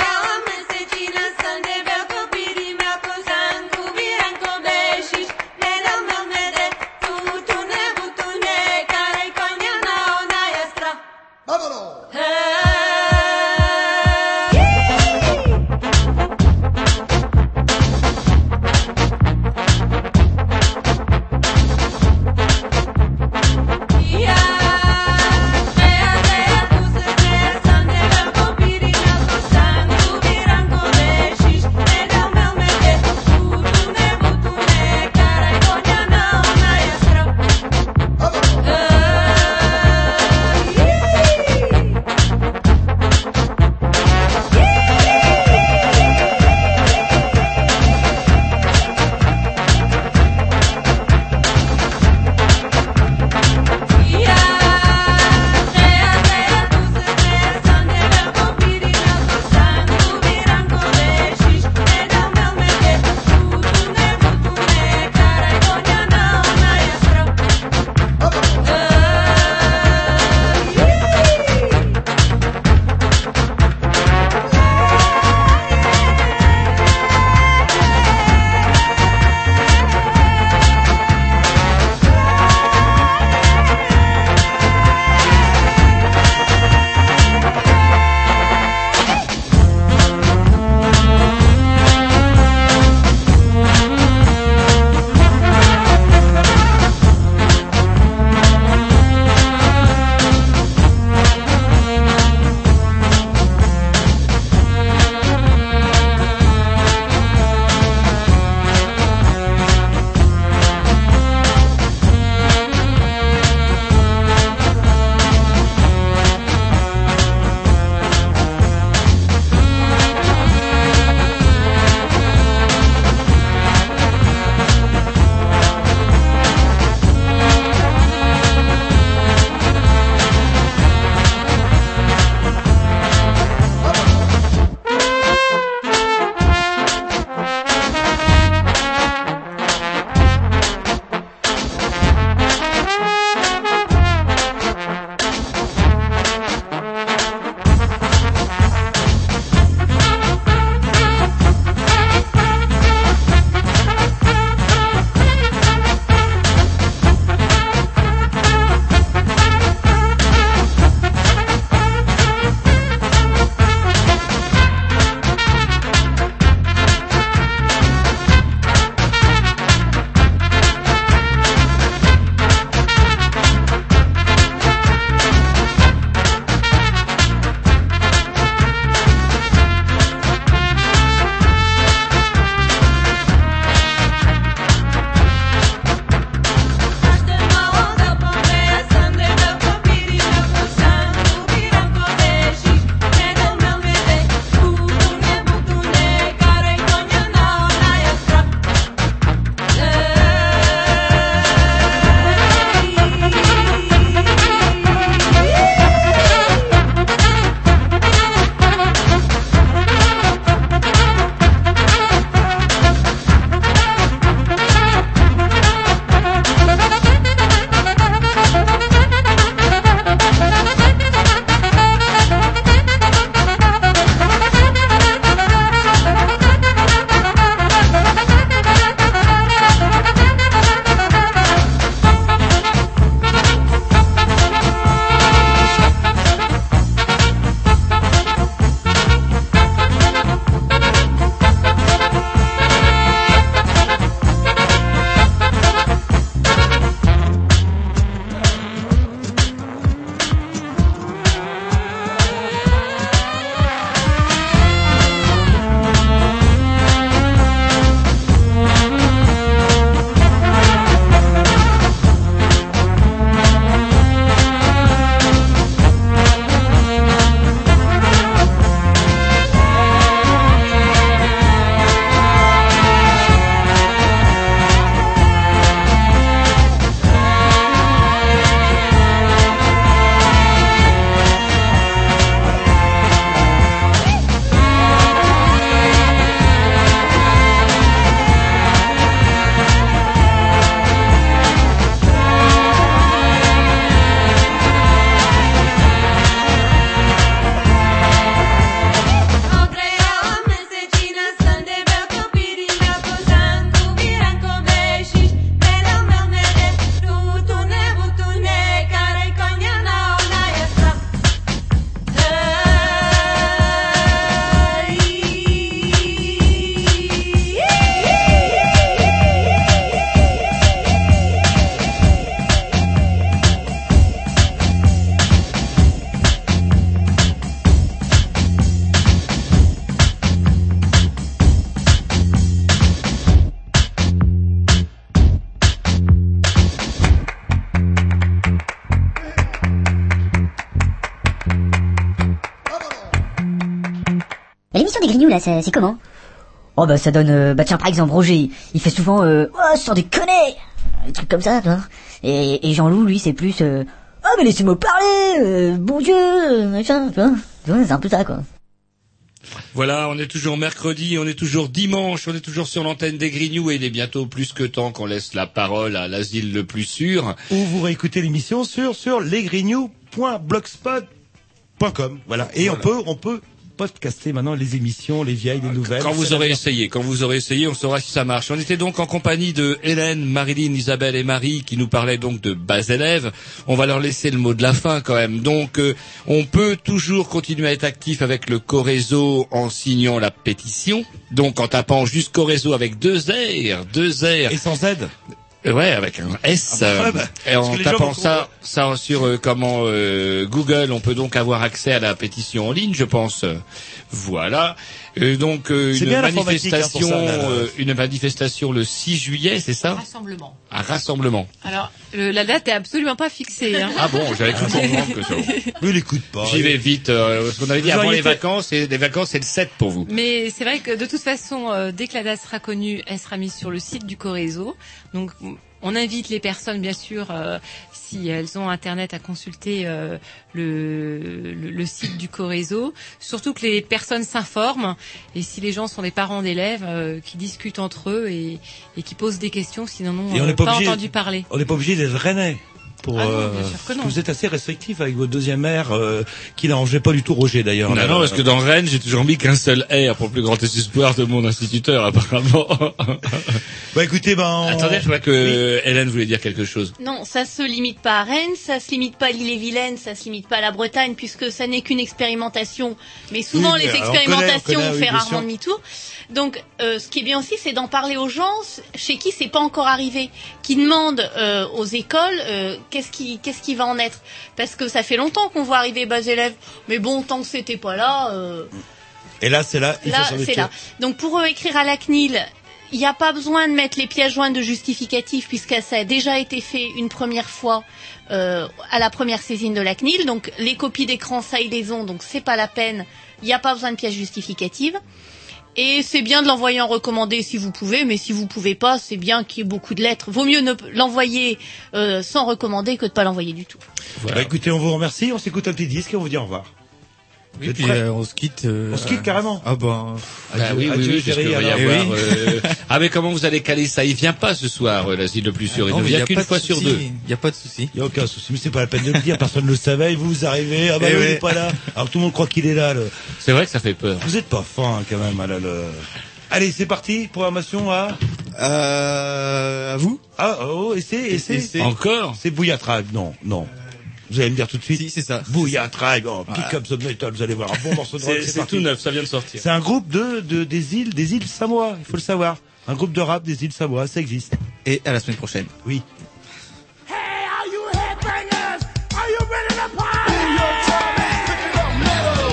L'émission des Grignoux, là, c'est comment? Oh, bah, ça donne, bah, tiens, par exemple, Roger, il fait souvent, oh, sans déconner! Des trucs comme ça, tu vois. Et Jean-Loup, lui, c'est plus, ah, mais laissez-moi parler, bon Dieu, machin, tu vois. Tu vois, c'est un peu ça, quoi. Voilà, on est toujours mercredi, on est toujours dimanche, on est toujours sur l'antenne des Grignoux et il est bientôt plus que temps qu'on laisse la parole à l'asile le plus sûr. Ou vous réécoutez l'émission sur lesgrignoux.blogspot.com. Voilà. Et voilà. on peut podcaster maintenant les émissions, les vieilles, les nouvelles. Quand vous aurez essayé, on saura si ça marche. On était donc en compagnie de Hélène, Marilyn, Isabelle et Marie qui nous parlaient donc de bas élèves. On va leur laisser le mot de la fin quand même. Donc, on peut toujours continuer à être actif avec le Corézo en signant la pétition. Donc, en tapant juste Corézo avec deux R. Et sans Z. Ouais, avec un S. Et en tapant ça sur Google, on peut donc avoir accès à la pétition en ligne, je pense. Voilà. Donc une manifestation le 6 juillet, c'est ça? Rassemblement. Un rassemblement. Alors la date est absolument pas fixée. Hein. Ah bon, j'avais cru comprendre que ça. Mais il écoute pas. J'y vais vite. Parce qu'on avait dit avant les vacances, et les vacances c'est le 7 pour vous. Mais c'est vrai que de toute façon, dès que la date sera connue, elle sera mise sur le site du Corézo. Donc on invite les personnes, bien sûr, si elles ont Internet, à consulter le site du Corézo. Surtout que les personnes s'informent, et si les gens sont des parents d'élèves, qui discutent entre eux et qui posent des questions, sinon n'ont pas entendu parler. On n'est pas obligé d'être rennais. Bien sûr que non. Vous êtes assez restrictif avec votre deuxième R, qui n'arrangeait pas du tout Roger d'ailleurs. Non, parce que dans Rennes, j'ai toujours mis qu'un seul R pour le plus grand espoir de mon instituteur, apparemment. Bah écoutez, attendez, je vois que Hélène voulait dire quelque chose. Non, ça se limite pas à Rennes, ça se limite pas à l'Ille-et-Vilaine, ça se limite pas à la Bretagne, puisque ça n'est qu'une expérimentation. Mais souvent, les expérimentations, on fait rarement demi-tour. Donc, ce qui est bien aussi, c'est d'en parler aux gens chez qui c'est pas encore arrivé, qui demandent aux écoles qu'est-ce qui va en être, parce que ça fait longtemps qu'on voit arriver bas élèves, mais bon, tant que c'était pas là. Et là, c'est là. C'est là. Donc, pour écrire à la CNIL, il n'y a pas besoin de mettre les pièces jointes de justificatif, puisque ça a déjà été fait une première fois à la première saisine de la CNIL. Donc, les copies d'écran, ça ils les ont, donc c'est pas la peine. Il n'y a pas besoin de pièces justificatives. Et c'est bien de l'envoyer en recommandé si vous pouvez, mais si vous pouvez pas, c'est bien qu'il y ait beaucoup de lettres. Vaut mieux l'envoyer sans recommander que de pas l'envoyer du tout. Voilà. Bah, écoutez, on vous remercie, on s'écoute un petit disque et on vous dit au revoir. Oui, puis on se quitte. On se quitte carrément. Ah ben. Oui, c'est ce qu'il va y avoir. Ah mais comment vous allez caler ça? Il vient pas ce soir, l'asile le plus sûr. Il ne vient qu'une fois sur deux. Il n'y a pas de souci. Il n'y a aucun souci, mais c'est pas la peine de le dire. Personne ne le savait. Vous arrivez. Ah bah il n'est pas là. Alors tout le monde croit qu'il est là. C'est vrai que ça fait peur. Vous êtes pas fin quand même. Allez, c'est parti. Programmation à vous. Ah oh, et c'est encore. C'est Bouillatribe. Non. Vous allez me dire tout de suite. Si, c'est ça. Bouillatribe, Pick Up the Metal, vous allez voir un bon morceau de rock. C'est tout neuf, ça vient de sortir. C'est un groupe des îles Samoa, il faut le savoir. Un groupe de rap des îles Samoa, ça existe. Et à la semaine prochaine. Oui. Hey, are you headbangers? Are you ready to party? Your time is picking up metal.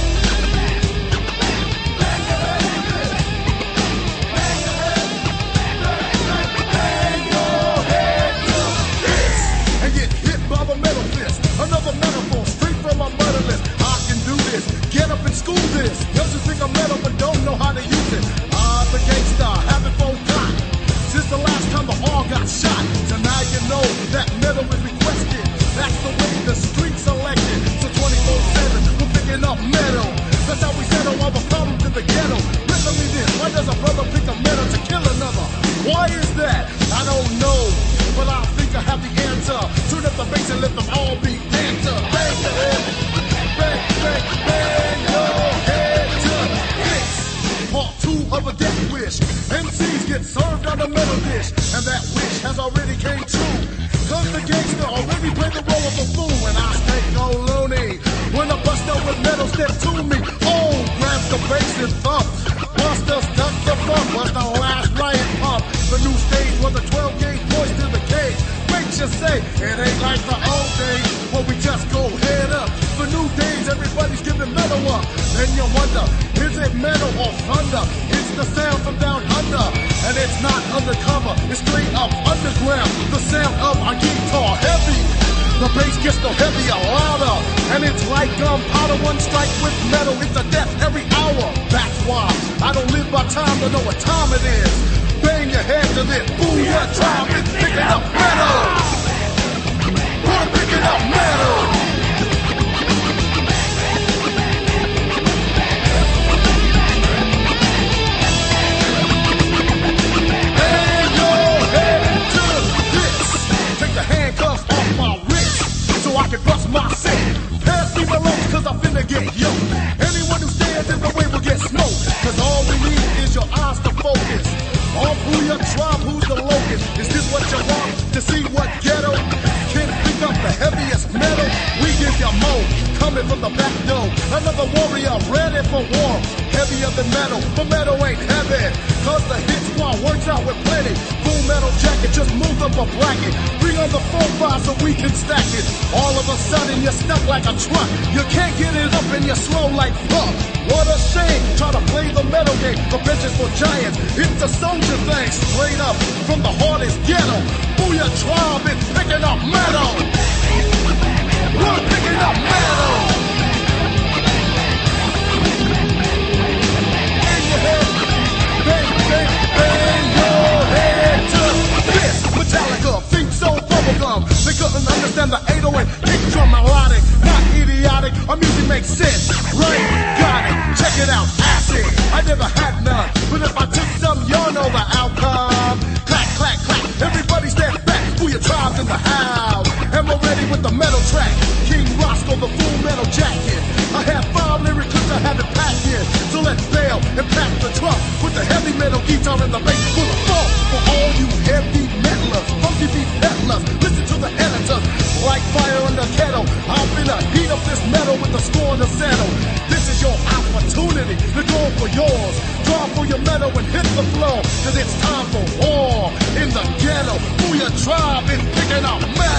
Bang your head to this and get hit by the metal fist. Another metaphor straight from my mother list. I can do this. Get up and school this. Youngsters think I'm metal but don't know how to use it. I'm the gangsta, having fun got. Since the last time the hall got shot. So now you know that metal is requested. That's the way the streets selected. So 24/7 we're picking up metal. That's how we settle all the problems in the ghetto. Listen to me this. Why does a brother pick up metal to kill another? Why is that? I don't know. But I think I have the answer. Turn up the bass and let them all be dancer. Bang your head, bang, bang, bang your head to this. Part 2 of a death wish. MCs get served on a metal dish, and that wish has already came true. Cause the gangster already played the role of a fool, and I stay no loony. When a buster with metal step to me, oh, grab the bass and thump. Busters duck the bump, was the last riot pump. The new stage was a 12-gauge voice to the cage. Makes you say, it ain't like the old days, where we just go head up. For new days, everybody's giving metal up. Then you wonder, is it metal or thunder? It's the sound from down under, and it's not undercover, it's straight up underground. The sound of our guitar heavy. The bass gets no heavier, louder, and it's like gunpowder. One strike with metal, it's a death every hour. That's why I don't live by time to know what time it is. Bang your head to this, booyah, time is picking up metal. We're picking up metal. Handcuffs off my wrist so I can bust my set. Pass me my lungs cause I'm finna get yoked. Anyone who stands in the way will get smoked. Cause all we need is your eyes to focus. On Booyah Tribe, who's the locust? Is this what you want? To see what ghetto can pick up the heaviest metal? We give you more, coming from the back door. Another warrior ready for war. Heavier than metal, but metal ain't heavy. Cause the hit squad works out with plenty. Full metal jacket, just move up a bracket. Bring on the 4-5 so we can stack it. All of a sudden you're stuck like a truck. You can't get it up and you're slow like fuck. What a shame, try to play the metal game. The benches for giants, it's a soldier thing. Straight up from the hardest ghetto. Booyah Tribe is picking up metal. We're picking up metal. Bang your head, bang, bang, bang your head to this. Metallica, think so, bubblegum. They couldn't understand the 808 kick drum melodic. Not idiotic, our music makes sense. Right, got it, check it out, acid. I never had none, but if I took some, y'all know the outcome. Clack, clack, clack, everybody stand back. Booyah Tribe's in the house. Am I ready with the metal track? King Roscoe, the full metal jacket. I have 5 lyrics I haven't packed in. So let's bail and pack the trunk with the heavy metal guitar and the bass full of funk. For all you heavy metalers, funky beat peddlers, listen to the editors. Like fire in the kettle, I'm finna heat up this metal with the score to settle. This is your opportunity to go for yours. Draw for your metal and hit the floor. Cause it's time for war in the ghetto. Booyah Tribe is picking up metal.